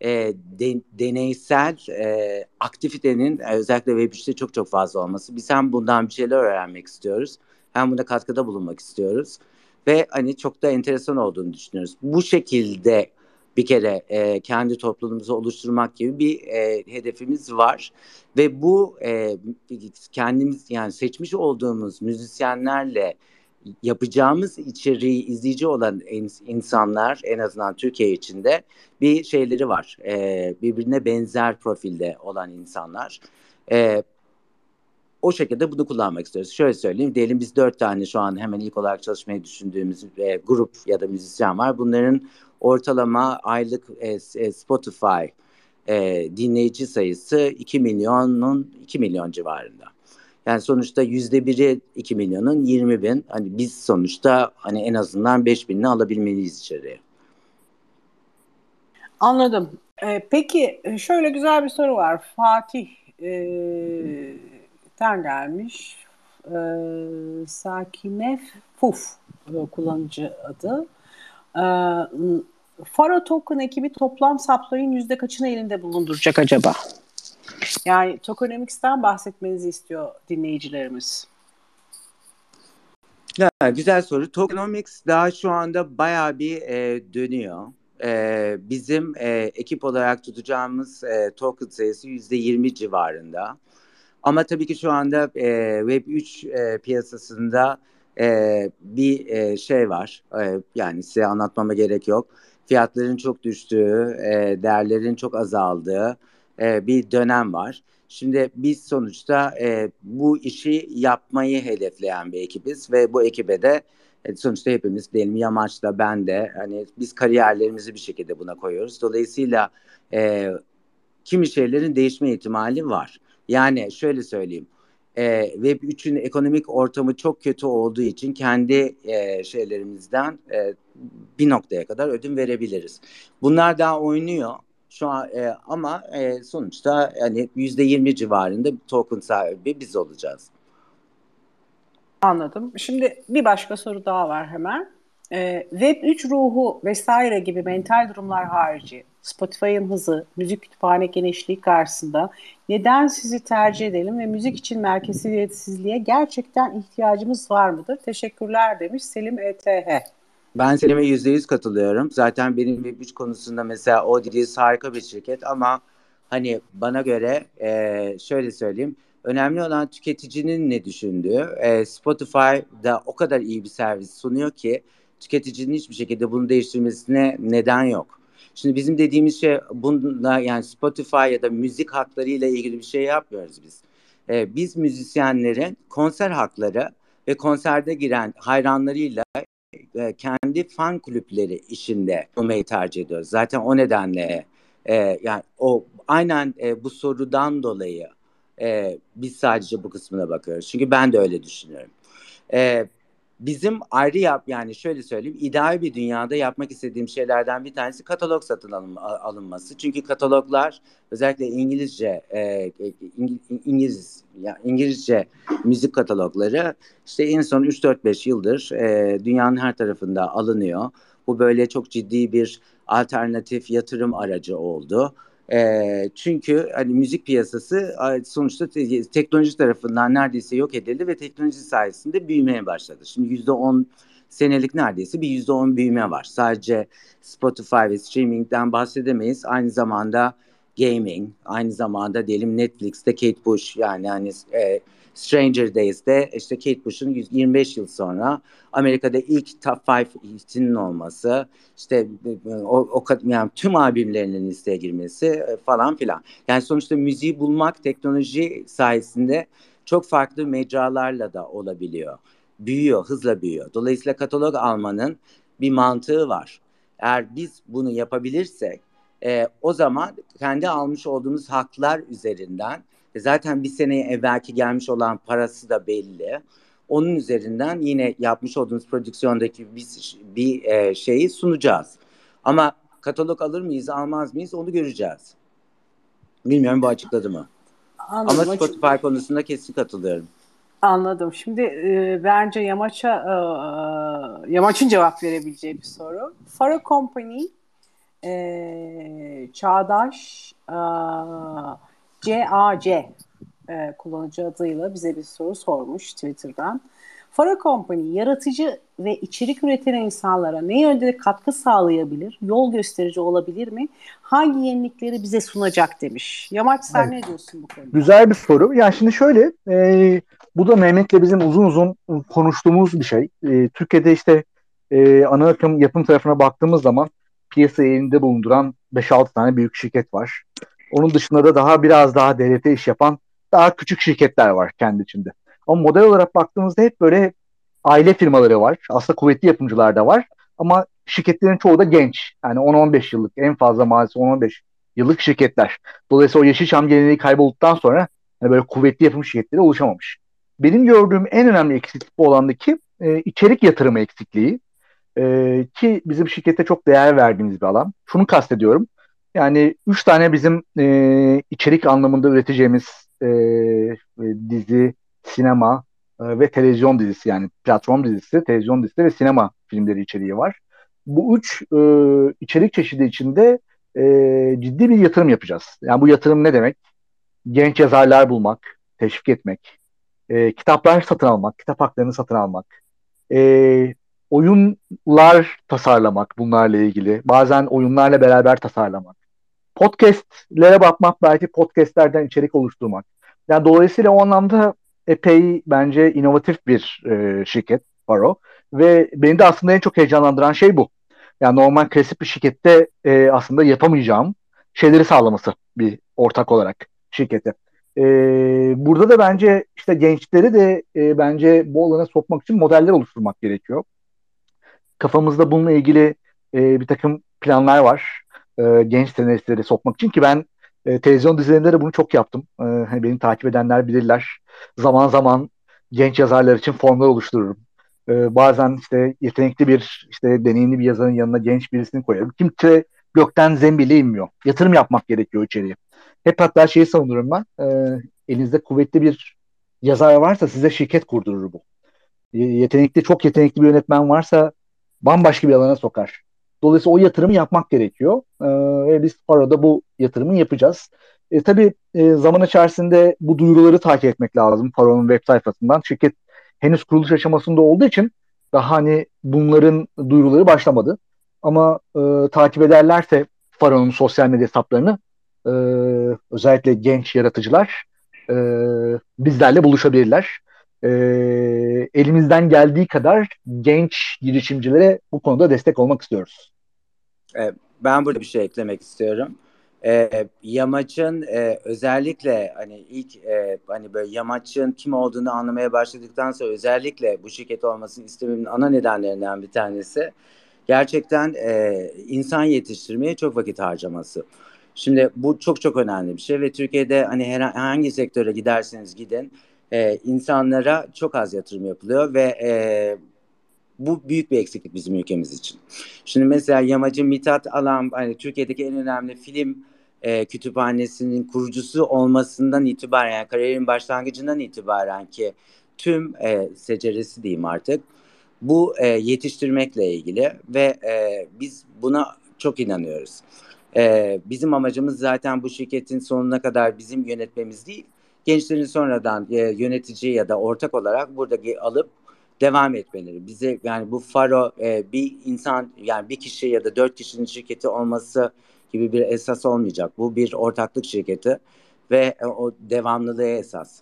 deneysel aktivitenin özellikle Web3'te çok çok fazla olması. Biz hem bundan bir şeyler öğrenmek istiyoruz, hem buna katkıda bulunmak istiyoruz ve hani çok da enteresan olduğunu düşünüyoruz. Bu şekilde bir kere kendi toplumumuzu oluşturmak gibi bir hedefimiz var ve bu kendimiz yani seçmiş olduğumuz müzisyenlerle yapacağımız içeriği izleyici olan insanlar en azından Türkiye içinde bir şeyleri var. Birbirine benzer profilde olan insanlar. O şekilde bunu kullanmak istiyoruz. Şöyle söyleyeyim, diyelim biz 4 tane şu an hemen ilk olarak çalışmayı düşündüğümüz grup ya da müzisyen var. Bunların ortalama aylık Spotify dinleyici sayısı 2 milyon civarında. Yani sonuçta %1'i 2 milyonun 20 bin. Hani biz sonuçta hani en azından 5 binini alabilmeliyiz içeriye. Anladım. Peki şöyle güzel bir soru var. Fatih ten gelmiş. Sakine Puf kullanıcı adı. Faro Token ekibi toplam sapların yüzde kaçını elinde bulunduracak acaba? Yani tokenomics'ten bahsetmenizi istiyor dinleyicilerimiz. Ya, güzel soru. Tokenomics daha şu anda bayağı bir dönüyor. Bizim ekip olarak tutacağımız token sayısı %20 civarında. Ama tabii ki şu anda Web3 piyasasında bir şey var. Yani size anlatmama gerek yok. Fiyatların çok düştüğü, değerlerin çok azaldığı bir dönem var. Şimdi biz sonuçta bu işi yapmayı hedefleyen bir ekibiz ve bu ekibe de sonuçta hepimiz diyelim Yamaç'la ben de hani biz kariyerlerimizi bir şekilde buna koyuyoruz. Dolayısıyla kimi şeylerin değişme ihtimali var. Yani şöyle söyleyeyim. Web 3'ün ekonomik ortamı çok kötü olduğu için kendi şeylerimizden bir noktaya kadar ödün verebiliriz. Bunlar daha oynuyor şu an ama sonuçta yani %20 civarında bir token sahibi biz olacağız. Anladım. Şimdi bir başka soru daha var hemen. Web 3 ruhu vesaire gibi mental durumlar harici Spotify'ın hızı, müzik kütüphane genişliği karşısında neden sizi tercih edelim ve müzik için merkeziyetsizliğe gerçekten ihtiyacımız var mıdır? Teşekkürler demiş Selim ETH. Ben Selim'e %100 katılıyorum. Zaten benim Web3 konusunda mesela Audius harika bir şirket ama hani bana göre şöyle söyleyeyim. Önemli olan tüketicinin ne düşündüğü. Spotify'da o kadar iyi bir servis sunuyor ki tüketicinin hiçbir şekilde bunu değiştirmesine neden yok. Şimdi bizim dediğimiz şey bununla yani Spotify ya da müzik haklarıyla ilgili bir şey yapmıyoruz biz. Biz müzisyenlerin konser hakları ve konserde giren hayranlarıyla kendi fan kulüpleri işinde olmayı tercih ediyoruz. Zaten o nedenle yani o aynen bu sorudan dolayı biz sadece bu kısmına bakıyoruz. Çünkü ben de öyle düşünüyorum. Bizim ayrı yani şöyle söyleyeyim, ideal bir dünyada yapmak istediğim şeylerden bir tanesi katalog satın alınması. Çünkü kataloglar özellikle İngilizce müzik katalogları işte en son 3-4-5 yıldır dünyanın her tarafında alınıyor. Bu böyle çok ciddi bir alternatif yatırım aracı oldu. Çünkü hani müzik piyasası sonuçta teknoloji tarafından neredeyse yok edildi ve teknoloji sayesinde büyümeye başladı. Şimdi %10 senelik neredeyse bir %10 büyüme var. Sadece Spotify ve streaming'den bahsedemeyiz. Aynı zamanda gaming, aynı zamanda diyelim Netflix'te Kate Bush yani hani Stranger Days'te işte Kate Bush'un 25 yıl sonra Amerika'da ilk top 5 hitinin olması, işte yani tüm albümlerinin listeye girmesi falan filan. Yani sonuçta müziği bulmak teknoloji sayesinde çok farklı mecralarla da olabiliyor. Büyüyor, hızla büyüyor. Dolayısıyla katalog almanın bir mantığı var. Eğer biz bunu yapabilirsek o zaman kendi almış olduğumuz haklar üzerinden zaten bir seneye evvelki gelmiş olan parası da belli. Onun üzerinden yine yapmış olduğumuz prodüksiyondaki bir şeyi sunacağız. Ama katalog alır mıyız, almaz mıyız onu göreceğiz. Bilmiyorum bu açıkladı mı? Anladım. Ama Spotify konusunda kesin katılıyorum. Anladım. Şimdi bence Yamaç'ın cevap verebileceği bir soru. Faro Company Çağdaş CAC kullanıcı adıyla bize bir soru sormuş Twitter'dan. Faro Company yaratıcı ve içerik üreten insanlara ne yönde katkı sağlayabilir? Yol gösterici olabilir mi? Hangi yenilikleri bize sunacak demiş. Yamaç sen Evet. ne diyorsun bu konuda? Güzel bir soru. Yani şimdi şöyle bu da Mehmet'le bizim uzun uzun konuştuğumuz bir şey. Türkiye'de işte ana akım yapım tarafına baktığımız zaman piyasayı elinde bulunduran 5-6 tane büyük şirket var. Onun dışında da biraz daha devlete iş yapan daha küçük şirketler var kendi içinde. Ama model olarak baktığımızda hep böyle aile firmaları var. Aslında kuvvetli yapımcılar da var. Ama şirketlerin çoğu da genç. Yani 10-15 yıllık, en fazla maalesef 10-15 yıllık şirketler. Dolayısıyla o Yeşilçam geleneği kaybolduktan sonra hani böyle kuvvetli yapım şirketleri oluşamamış. Benim gördüğüm en önemli eksiklik bu alandaki içerik yatırımı eksikliği. Ki bizim şirkette çok değer verdiğimiz bir alan. Şunu kastediyorum. Yani 3 tane bizim içerik anlamında üreteceğimiz dizi, sinema ve televizyon dizisi, yani platform dizisi, televizyon dizisi ve sinema filmleri içeriği var. Bu 3 içerik çeşidi içinde ciddi bir yatırım yapacağız. Yani bu yatırım ne demek? Genç yazarlar bulmak, teşvik etmek, kitaplar satın almak, kitap haklarını satın almak, e, oyunlar tasarlamak bunlarla ilgili. Bazen oyunlarla beraber tasarlamak. Podcastlere bakmak, belki podcastlerden içerik oluşturmak. Yani dolayısıyla o anlamda epey bence inovatif bir şirket Faro. Ve beni de aslında en çok heyecanlandıran şey bu. Yani normal klasik bir şirkette aslında yapamayacağım şeyleri sağlaması bir ortak olarak şirkete. E, Burada da bence işte gençleri de bence bu alana sokmak için modeller oluşturmak gerekiyor. Kafamızda bununla ilgili bir takım planlar var. Genç senaristleri sokmak için ki ben Televizyon dizilerinde de bunu çok yaptım. Hani beni takip edenler bilirler. Zaman zaman genç yazarlar için formlar oluştururum. Bazen işte yetenekli bir, işte deneyimli bir yazarın yanına genç birisini koyarım. Kimse gökten zembille inmiyor. Yatırım yapmak gerekiyor içeriye. Hep hatta şeyi savunurum ben. Elinizde kuvvetli bir yazar varsa size şirket kurdurur bu. Yetenekli, çok yetenekli bir yönetmen varsa bambaşka bir alana sokar. Dolayısıyla o yatırımı yapmak gerekiyor. Ve biz Paro'da bu yatırımı yapacağız. Tabii zaman içerisinde bu duyuruları takip etmek lazım Paro'nun web sayfasından. Şirket henüz kuruluş aşamasında olduğu için daha hani bunların duyuruları başlamadı. Ama takip ederlerse Paro'nun sosyal medya hesaplarını e, özellikle genç yaratıcılar e, bizlerle buluşabilirler. e, Elimizden geldiği kadar genç girişimcilere bu konuda destek olmak istiyoruz. Ben burada bir şey eklemek istiyorum. Yamaç'ın özellikle hani ilk hani böyle Yamaç'ın kim olduğunu anlamaya başladıktan sonra özellikle bu şirket olmasını istememin ana nedenlerinden bir tanesi gerçekten insan yetiştirmeye çok vakit harcaması. Şimdi bu çok çok önemli bir şey ve Türkiye'de hani herhangi sektöre giderseniz gidin insanlara çok az yatırım yapılıyor ve bu büyük bir eksiklik bizim ülkemiz için. Şimdi mesela Yamacı Mithat Alan hani Türkiye'deki en önemli film kütüphanesinin kurucusu olmasından itibaren yani kariyerin başlangıcından itibaren ki tüm seceresi diyeyim artık bu yetiştirmekle ilgili ve biz buna çok inanıyoruz. Bizim amacımız zaten bu şirketin sonuna kadar bizim yönetmemiz değil, gençlerin sonradan yönetici ya da ortak olarak burada alıp devam etmeleri. Bize yani bu Faro bir insan yani bir kişi ya da 4 kişinin şirketi olması gibi bir esas olmayacak. Bu bir ortaklık şirketi ve o devamlılığı esas.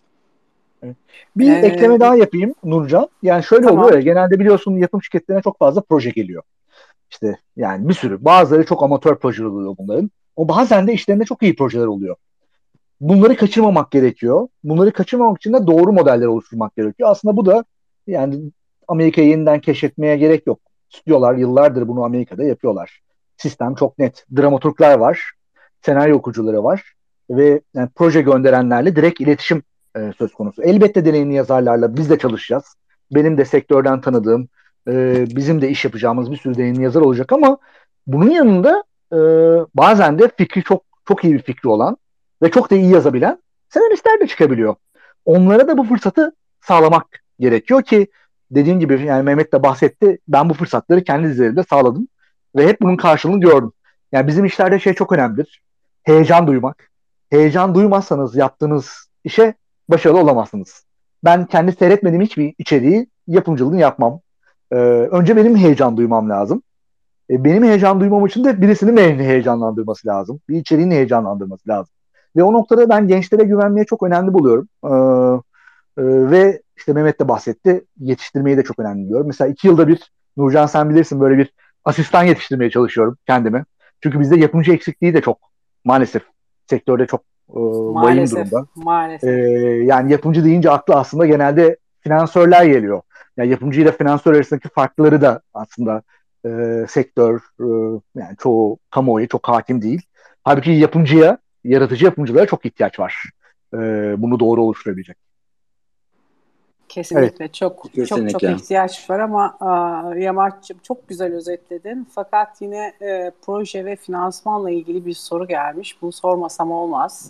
Bir ekleme daha yapayım Nurcan. Yani şöyle oluyor Tamam. ya, genelde biliyorsun yapım şirketlerine çok fazla proje geliyor. İşte yani bir sürü. Bazıları çok amatör projeler oluyor bunların. O bazen de işlerinde çok iyi projeler oluyor. Bunları kaçırmamak gerekiyor. Bunları kaçırmamak için de doğru modeller oluşturmak gerekiyor. Aslında bu da yani Amerika'yı yeniden keşfetmeye gerek yok. Stüdyolar yıllardır bunu Amerika'da yapıyorlar. Sistem çok net. Dramaturglar var. Senaryo okuyucuları var. Ve yani proje gönderenlerle direkt iletişim söz konusu. Elbette deneyimli yazarlarla biz de çalışacağız. Benim de sektörden tanıdığım, bizim de iş yapacağımız bir sürü deneyimli yazar olacak ama bunun yanında e, bazen de fikri çok çok iyi bir fikri olan ve çok da iyi yazabilen senaristler de çıkabiliyor. Onlara da bu fırsatı sağlamak gerekiyor ki dediğim gibi yani Mehmet de bahsetti. Ben bu fırsatları kendi dizilerimde sağladım ve hep bunun karşılığını gördüm. Yani bizim işlerde şey çok önemlidir. Heyecan duymak. Heyecan duymazsanız yaptığınız işe başarılı olamazsınız. Ben kendi seyretmediğim hiçbir içeriği yapımcılığını yapmam. Önce benim heyecan duymam lazım. Benim heyecan duymam için de birisinin beni heyecanlandırması lazım. Bir içeriğini heyecanlandırması lazım. Ve o noktada ben gençlere güvenmeyi çok önemli buluyorum. Ve işte Mehmet de bahsetti. Yetiştirmeyi de çok önemli buluyorum. Mesela 2 yılda bir, Nurcan sen bilirsin, böyle bir asistan yetiştirmeye çalışıyorum kendimi. Çünkü bizde yapımcı eksikliği de çok maalesef sektörde çok vahim Maalesef, durumda. maalesef. Yani yapımcı deyince aklı aslında genelde finansörler geliyor. Yani yapımcı ile finansör arasındaki farkları da aslında sektör yani çoğu kamuoyu çok hakim değil. Halbuki yapımcıya, yaratıcı yapımcılara çok ihtiyaç var. Bunu doğru oluşturabilecek. Evet. Kesinlikle çok Kesinlikle. ihtiyaç var ama Yamaç'cığım çok güzel özetledin. Fakat yine proje ve finansmanla ilgili bir soru gelmiş. Bunu sormasam olmaz.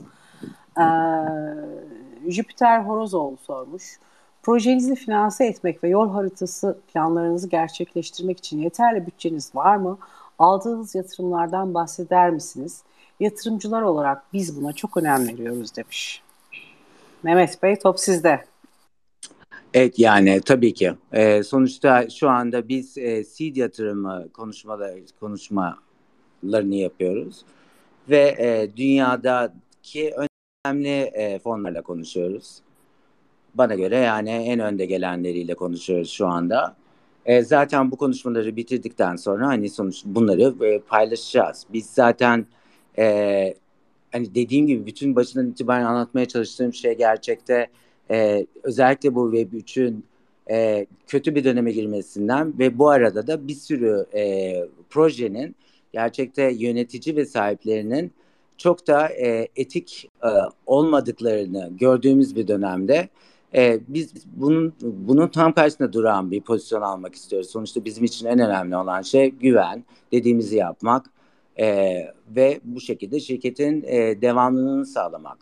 Jüpiter Horozoğlu sormuş. Projenizi finanse etmek ve yol haritası planlarınızı gerçekleştirmek için yeterli bütçeniz var mı? Aldığınız yatırımlardan bahseder misiniz? Yatırımcılar olarak biz buna çok önem veriyoruz demiş. Mehmet Bey, top sizde. Evet yani tabii ki. Sonuçta şu anda biz seed yatırımı konuşmalarını yapıyoruz ve dünyadaki önemli fonlarla konuşuyoruz. Bana göre yani en önde gelenleriyle konuşuyoruz şu anda. Zaten bu konuşmaları bitirdikten sonra hani bunları paylaşacağız. Biz zaten hani dediğim gibi bütün başından itibaren anlatmaya çalıştığım şey gerçekte özellikle bu Web3'ün kötü bir döneme girmesinden ve bu arada da bir sürü projenin gerçekte yönetici ve sahiplerinin çok da etik olmadıklarını gördüğümüz bir dönemde biz bunun tam karşısında duran bir pozisyon almak istiyoruz. Sonuçta bizim için en önemli olan şey güven, dediğimizi yapmak ve bu şekilde şirketin devamlılığını sağlamak.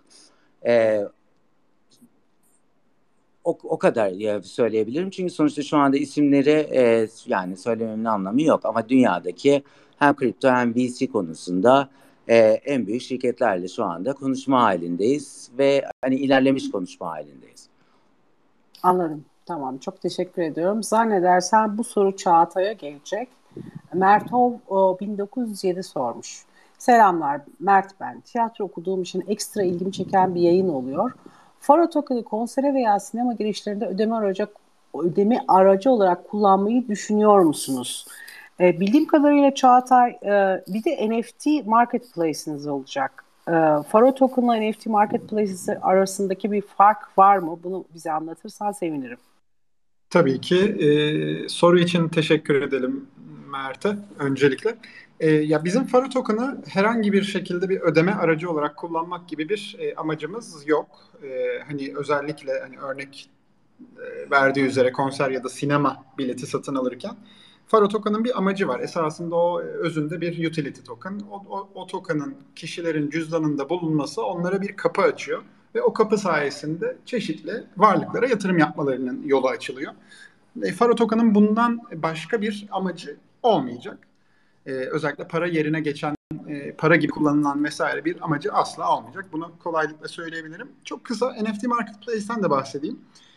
O kadar söyleyebilirim. Çünkü sonuçta şu anda isimleri yani söylememin anlamı yok. Ama dünyadaki hem kripto hem VC konusunda en büyük şirketlerle şu anda konuşma halindeyiz ve hani ilerlemiş konuşma halindeyiz. Anladım. Tamam. Çok teşekkür ediyorum. Zannedersem bu soru Çağatay'a gelecek. Mertov 1907 sormuş. Selamlar Mert ben. Tiyatro okuduğum için ekstra ilgimi çeken bir yayın oluyor. Faro Token'ı konsere veya sinema girişlerinde ödeme aracı olarak kullanmayı düşünüyor musunuz? Bildiğim kadarıyla Çağatay bir de NFT marketplace'iniz olacak. Faro Token'la NFT marketplace'si arasındaki bir fark var mı? Bunu bize anlatırsan sevinirim. Tabii ki. Soru için teşekkür edelim Mert'e öncelikle. Ya bizim Faro Token'ı herhangi bir şekilde bir ödeme aracı olarak kullanmak gibi bir amacımız yok. Hani özellikle hani örnek verdiği üzere konser ya da sinema bileti satın alırken Faro Token'ın bir amacı var. Esasında o özünde bir utility token. O token'ın kişilerin cüzdanında bulunması onlara bir kapı açıyor. Ve o kapı sayesinde çeşitli varlıklara yatırım yapmalarının yolu açılıyor. Faro Token'ın bundan başka bir amacı olmayacak. Özellikle para yerine geçen, para gibi kullanılan vesaire bir amacı asla olmayacak. Bunu kolaylıkla söyleyebilirim. Çok kısa NFT Marketplace'ten de bahsedeyim.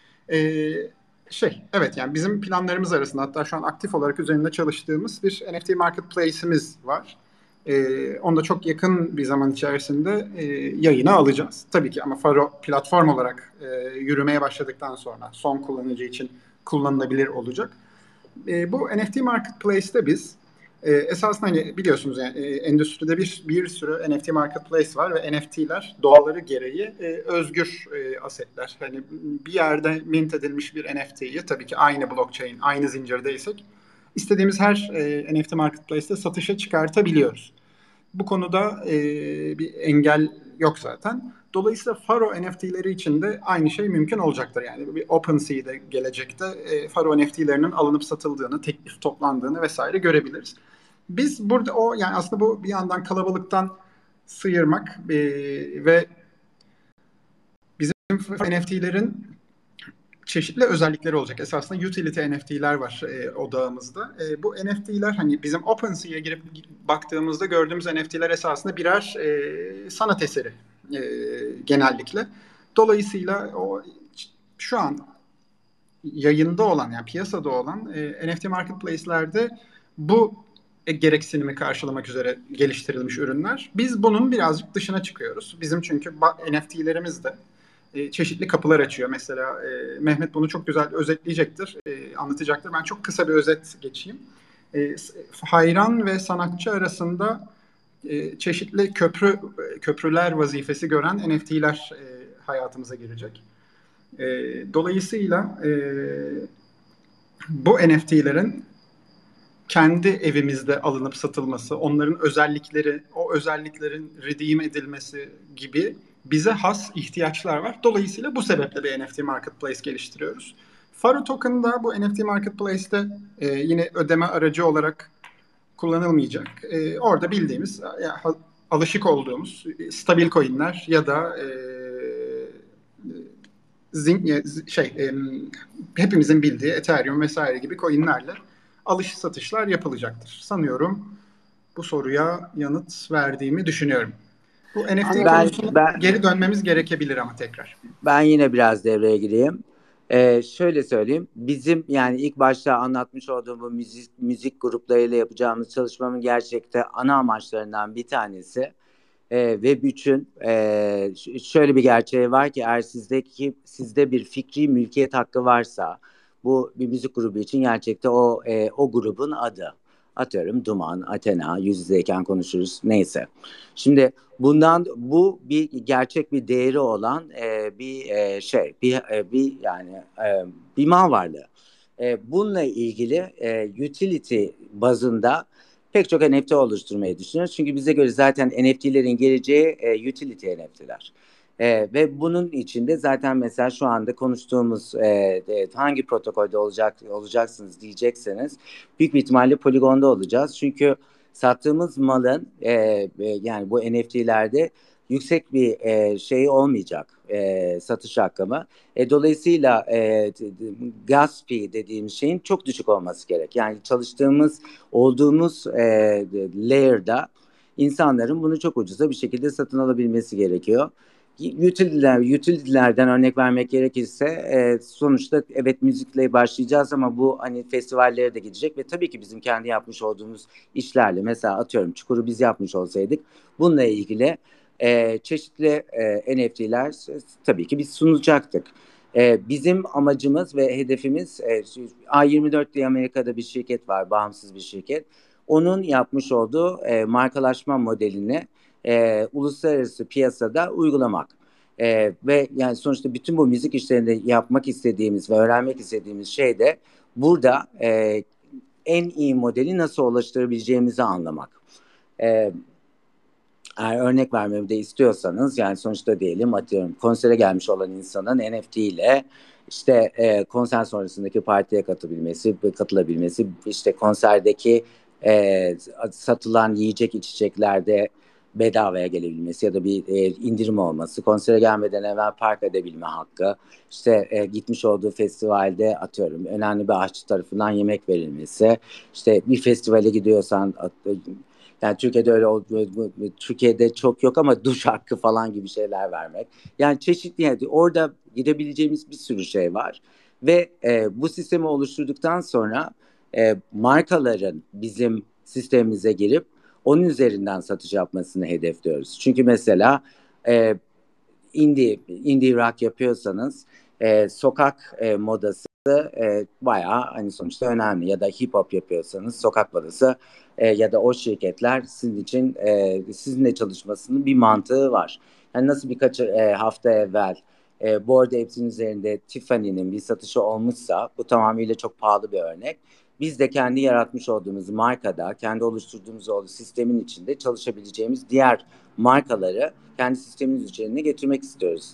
Evet yani bizim planlarımız arasında hatta şu an aktif olarak üzerinde çalıştığımız bir NFT Marketplace'imiz var. Onu da çok yakın bir zaman içerisinde yayına alacağız. Tabii ki ama Faro platform olarak yürümeye başladıktan sonra son kullanıcı için kullanılabilir olacak. Bu NFT Marketplace'te biz esasında hani biliyorsunuz yani endüstride bir sürü NFT Marketplace var ve NFT'ler doğaları gereği özgür asetler. Hani bir yerde mint edilmiş bir NFT'yi tabii ki aynı blockchain, aynı zincirdeysek istediğimiz her NFT Marketplace'te satışa çıkartabiliyoruz. Bu konuda bir engel yok zaten. Dolayısıyla Faro NFT'leri için de aynı şey mümkün olacaktır. Yani bir OpenSea'de gelecekte Faro NFT'lerinin alınıp satıldığını, teklif toplandığını vesaire görebiliriz. Biz burada yani aslında bu bir yandan kalabalıktan sıyırmak ve bizim NFT'lerin çeşitli özellikleri olacak. Esasında utility NFT'ler var odağımızda. Bu NFT'ler hani bizim OpenSea'ya girip baktığımızda gördüğümüz NFT'ler esasında birer sanat eseri genellikle. Dolayısıyla o şu an yayında olan yani piyasada olan NFT marketplace'lerde bu gereksinimi karşılamak üzere geliştirilmiş ürünler. Biz bunun birazcık dışına çıkıyoruz. Bizim çünkü NFT'lerimiz de çeşitli kapılar açıyor. Mesela Mehmet bunu çok güzel özetleyecektir, anlatacaktır. Ben çok kısa bir özet geçeyim. Hayran ve sanatçı arasında çeşitli köprüler vazifesi gören NFT'ler hayatımıza girecek. Dolayısıyla bu NFT'lerin kendi evimizde alınıp satılması, onların özellikleri, o özelliklerin redeem edilmesi gibi bize has ihtiyaçlar var. Dolayısıyla bu sebeple bir NFT Marketplace geliştiriyoruz. Faro Token da bu NFT Marketplace'te yine ödeme aracı olarak kullanılmayacak. Orada bildiğimiz, alışık olduğumuz stabil coinler ya da hepimizin bildiği Ethereum vesaire gibi coinlerle alış satışlar yapılacaktır. Sanıyorum bu soruya yanıt verdiğimi düşünüyorum. Bu NFT konusuna geri dönmemiz gerekebilir ama tekrar. Ben yine biraz devreye gireyim. Şöyle söyleyeyim. Bizim yani ilk başta anlatmış olduğum bu müzik gruplarıyla yapacağımız çalışmanın gerçekte ana amaçlarından bir tanesi Web3'ün şöyle bir gerçeği var ki eğer sizde bir fikri mülkiyet hakkı varsa bu bir müzik grubu için gerçekte o grubun adı. Atıyorum Duman, Athena, yüz yüzeyken konuşuruz neyse. Şimdi bu bir gerçek bir değeri olan bir mal varlığı. Bununla ilgili utility bazında pek çok NFT oluşturmayı düşünüyoruz. Çünkü bize göre zaten NFT'lerin geleceği utility NFT'ler. Ve bunun içinde zaten mesela şu anda konuştuğumuz hangi protokolde olacaksınız diyecekseniz büyük bir ihtimalle Polygon'da olacağız. Çünkü sattığımız malın yani bu NFT'lerde yüksek bir şey olmayacak satış rakamı. Dolayısıyla gas fee dediğimiz şeyin çok düşük olması gerek. Yani olduğumuz layer'da insanların bunu çok ucuza bir şekilde satın alabilmesi gerekiyor. Utility'lerden örnek vermek gerekirse sonuçta evet müzikle başlayacağız ama bu hani festivallere de gidecek ve tabii ki bizim kendi yapmış olduğumuz işlerle mesela atıyorum Çukur'u biz yapmış olsaydık bununla ilgili çeşitli NFT'ler tabii ki biz sunacaktık. Bizim amacımız ve hedefimiz A24 diye Amerika'da bir şirket var, bağımsız bir şirket. Onun yapmış olduğu markalaşma modelini uluslararası piyasada uygulamak. Ve yani sonuçta bütün bu müzik işlerinde yapmak istediğimiz ve öğrenmek istediğimiz şey de burada en iyi modeli nasıl ulaştırabileceğimizi anlamak. Eğer örnek vermemi de istiyorsanız yani sonuçta diyelim atıyorum konsere gelmiş olan insanın NFT ile işte konser sonrasındaki partiye katılabilmesi işte konserdeki satılan yiyecek içeceklerde bedavaya gelebilmesi ya da bir indirim olması, konsere gelmeden evvel park edebilme hakkı, işte gitmiş olduğu festivalde atıyorum önemli bir aşçı tarafından yemek verilmesi, işte bir festivale gidiyorsan yani Türkiye'de Türkiye'de çok yok ama duş hakkı falan gibi şeyler vermek. Yani çeşitli yani orada gidebileceğimiz bir sürü şey var. Ve bu sistemi oluşturduktan sonra markaların bizim sistemimize girip onun üzerinden satış yapmasını hedefliyoruz. Çünkü mesela indie rock yapıyorsanız sokak modası bayağı hani sonuçta önemli ya da hip hop yapıyorsanız sokak modası ya da o şirketler sizin için sizinle çalışmasının bir mantığı var. Yani nasıl birkaç hafta evvel bu arada hepsinin üzerinde Tiffany'nin bir satışı olmuşsa bu tamamıyla çok pahalı bir örnek. Biz de kendi yaratmış olduğumuz markada, kendi oluşturduğumuz o sistemin içinde çalışabileceğimiz diğer markaları kendi sistemimiz üzerine getirmek istiyoruz.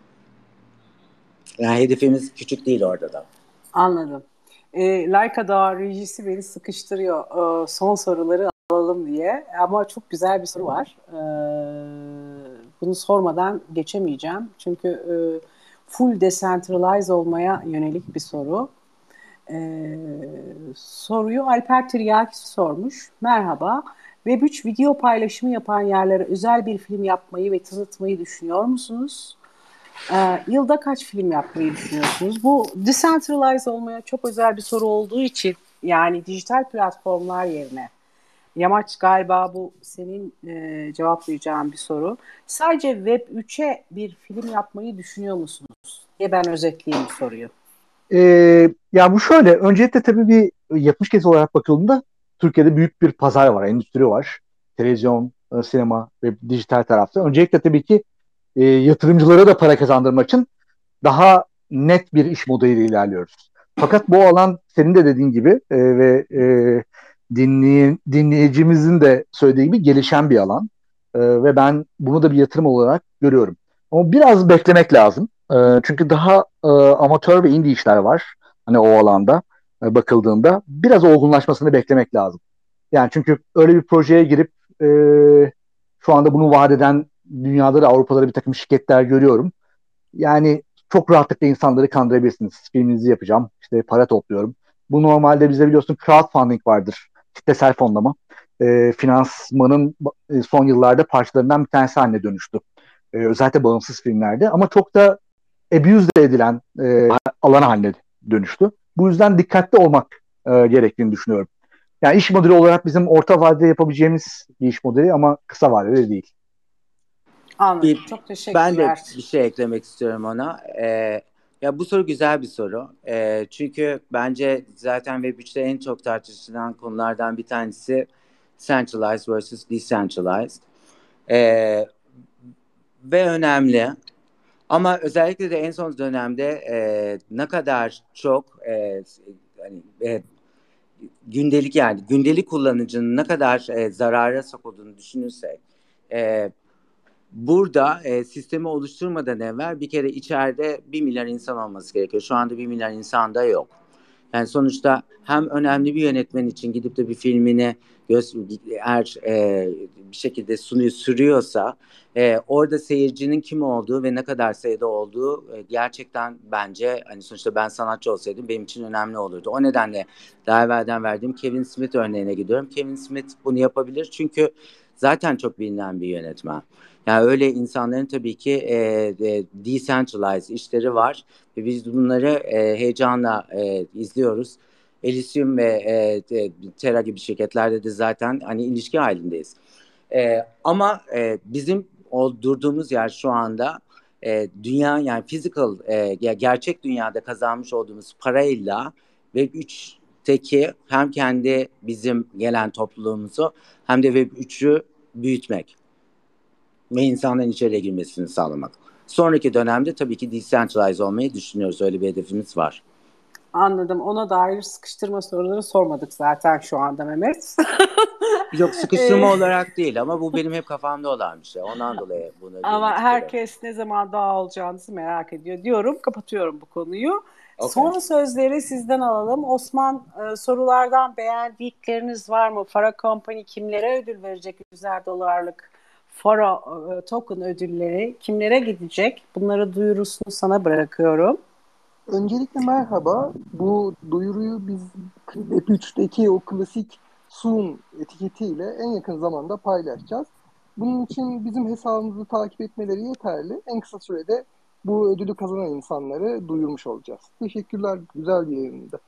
Yani hedefimiz küçük değil orada da. Anladım. Laika Dağ rejisi beni sıkıştırıyor. Son soruları alalım diye. Ama çok güzel bir soru var. Bunu sormadan geçemeyeceğim. Çünkü full decentralize olmaya yönelik bir soru. Soruyu Alper Tiryaki sormuş. Merhaba. Web3 video paylaşımı yapan yerlere özel bir film yapmayı ve tanıtmayı düşünüyor musunuz? Yılda kaç film yapmayı düşünüyorsunuz? Bu decentralize olmaya çok özel bir soru olduğu için yani dijital platformlar yerine Yamaç galiba bu senin cevaplayacağın bir soru. Sadece Web3'e bir film yapmayı düşünüyor musunuz diye ben özetleyeyim bu soruyu. Ya bu şöyle, öncelikle tabii bir yapmış kez olarak bakıldığında Türkiye'de büyük bir pazar var, endüstri var. Televizyon, sinema ve dijital tarafta. Öncelikle tabii ki yatırımcılara da para kazandırmak için daha net bir iş modeliyle ilerliyoruz. Fakat bu alan senin de dediğin gibi ve dinleyicimizin de söylediği gibi gelişen bir alan. Ve ben bunu da bir yatırım olarak görüyorum. Ama biraz beklemek lazım. Çünkü daha amatör ve indie işler var. Hani o alanda bakıldığında biraz olgunlaşmasını beklemek lazım. Yani çünkü öyle bir projeye girip e, şu anda bunu vaat eden dünyada da Avrupa'da da bir takım şirketler görüyorum. Yani çok rahatlıkla insanları kandırabilirsiniz. Filminizi yapacağım, işte para topluyorum. Bu normalde bizde biliyorsun crowdfunding vardır. Kitlesel fonlama. Finansmanın son yıllarda parçalarından bir tanesi haline dönüştü. Özellikle bağımsız filmlerde. Ama çok da abuse de edilen alan haline dönüştü. Bu yüzden dikkatli olmak gerektiğini düşünüyorum. Yani iş modeli olarak bizim orta vadede yapabileceğimiz bir iş modeli ama kısa vadede değil. Anladım. Çok Ben de teşekkürler. bir şey eklemek istiyorum ona. Ya bu soru güzel bir soru. Çünkü bence zaten Web3'te en çok tartışılan konulardan bir tanesi centralized versus decentralized. Ve önemli. Ama özellikle de en son dönemde ne kadar çok hani, gündelik, yani gündelik kullanıcının ne kadar zarara sokulduğunu düşünürsek, burada sistemi oluşturmadan evvel bir kere içeride 1 milyar insan olması gerekiyor. Şu anda 1 milyar insan da yok. Yani sonuçta hem önemli bir yönetmen için gidip de bir filmini eğer bir şekilde sürüyorsa, orada seyircinin kim olduğu ve ne kadar sayıda olduğu gerçekten bence, hani sonuçta ben sanatçı olsaydım benim için önemli olurdu. O nedenle daha evvelden verdiğim Kevin Smith örneğine gidiyorum. Kevin Smith bunu yapabilir çünkü zaten çok bilinen bir yönetmen. Yani öyle insanların tabii ki decentralized işleri var ve biz bunları heyecanla izliyoruz. Elysium ve Terra gibi şirketlerde de zaten hani ilişki halindeyiz. Ama bizim durduğumuz yer şu anda dünya, yani physical, gerçek dünyada kazanmış olduğumuz parayla Web3'teki hem kendi bizim gelen topluluğumuzu hem de Web3'ü büyütmek ve insanların içeriye girmesini sağlamak. Sonraki dönemde tabii ki decentralize olmayı düşünüyoruz. Öyle bir hedefimiz var. Anladım. Ona dair sıkıştırma soruları sormadık zaten şu anda Mehmet. Yok, sıkıştırma olarak değil ama bu benim hep kafamda olan bir şey. Ondan dolayı bunu Ama girmek herkes istedim. ne zaman dağılacağınızı merak ediyor diyorum. Kapatıyorum bu konuyu. Okay. Son sözleri sizden alalım. Osman, sorulardan beğendikleriniz var mı? Faro Company kimlere ödül verecek? $100 Faro token ödülleri kimlere gidecek? Bunları duyurusunu sana bırakıyorum. Öncelikle merhaba. Bu duyuruyu biz Web3'teki o klasik Soon etiketiyle en yakın zamanda paylaşacağız. Bunun için bizim hesabımızı takip etmeleri yeterli. En kısa sürede bu ödülü kazanan insanları duyurmuş olacağız. Teşekkürler. Güzel bir yayındı.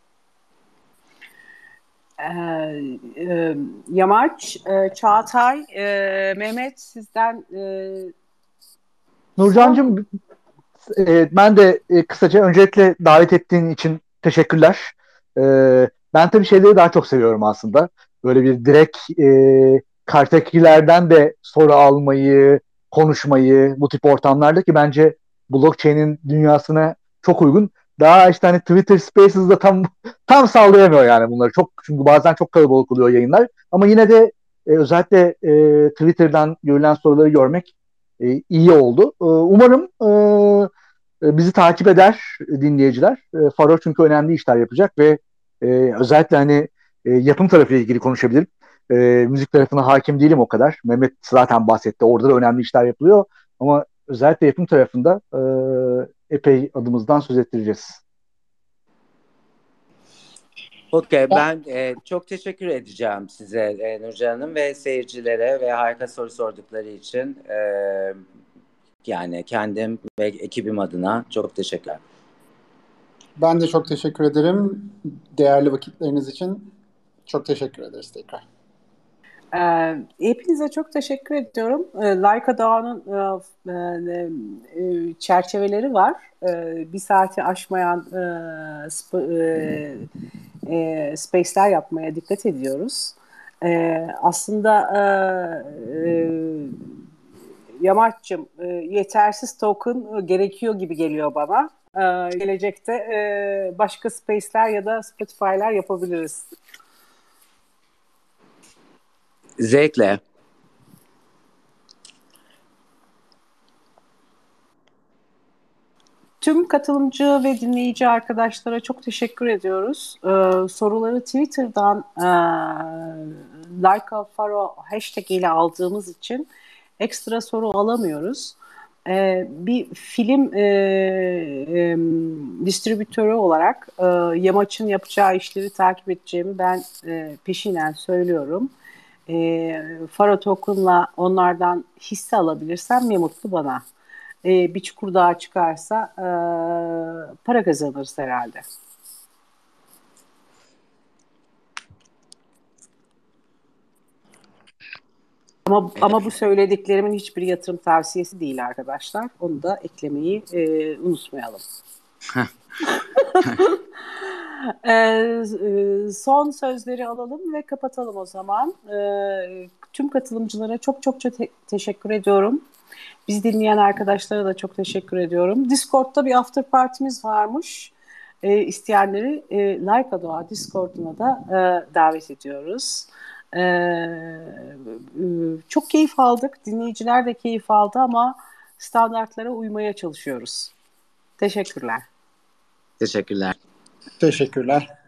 Yamaç, Çağatay, Mehmet sizden Nurcancığım, ben de kısaca öncelikle davet ettiğin için teşekkürler. Ben tabii şeyleri daha çok seviyorum aslında. Böyle bir direkt karşıdakilerden de soru almayı, konuşmayı bu tip ortamlarda, ki bence blockchain'in dünyasına çok uygun. Daha işte hani Twitter Spaces'da tam sağlayamıyor yani bunları. Çok, çünkü bazen çok kalabalık oluyor yayınlar. Ama yine de özellikle Twitter'dan görülen soruları görmek iyi oldu. Umarım bizi takip eder dinleyiciler. Faro çünkü önemli işler yapacak ve özellikle hani yapım tarafıyla ilgili konuşabilirim. Müzik tarafına hakim değilim o kadar. Mehmet zaten bahsetti. Orada da önemli işler yapılıyor. Ama özellikle yapım tarafında epey adımızdan söz ettireceğiz. Okay, ben çok teşekkür edeceğim size Nurcan Hanım ve seyircilere ve harika soru sordukları için. Yani kendim ve ekibim adına çok teşekkürler. Ben de çok teşekkür ederim. Değerli vakitleriniz için çok teşekkür ederiz tekrar. Hepinize çok teşekkür ediyorum. Leica Dağı'nın çerçeveleri var. Bir saati aşmayan space'ler yapmaya dikkat ediyoruz. Aslında Yamaç'cığım, yetersiz token gerekiyor gibi geliyor bana. Gelecekte başka space'ler ya da Spotify'lar yapabiliriz. Zevkle. Tüm katılımcı ve dinleyici arkadaşlara çok teşekkür ediyoruz. Soruları Twitter'dan Leica Faro hashtag ile aldığımız için ekstra soru alamıyoruz. Bir film distribütörü olarak Yamaç'ın yapacağı işleri takip edeceğimi ben peşinen söylüyorum. Faro Token'la onlardan hisse alabilirsem ne mutlu bana. Bir çukur daha çıkarsa para kazanırız herhalde. Ama bu söylediklerimin hiçbir yatırım tavsiyesi değil arkadaşlar. Onu da eklemeyi unutmayalım. Son sözleri alalım ve kapatalım o zaman. Tüm katılımcılara çok teşekkür ediyorum. Bizi dinleyen arkadaşlara da çok teşekkür ediyorum. Discord'da bir after partimiz varmış. İsteyenleri Laika Doğa Discord'una da davet ediyoruz. Çok keyif aldık. Dinleyiciler de keyif aldı ama standartlara uymaya çalışıyoruz. Teşekkürler. Teşekkürler. Teşekkürler.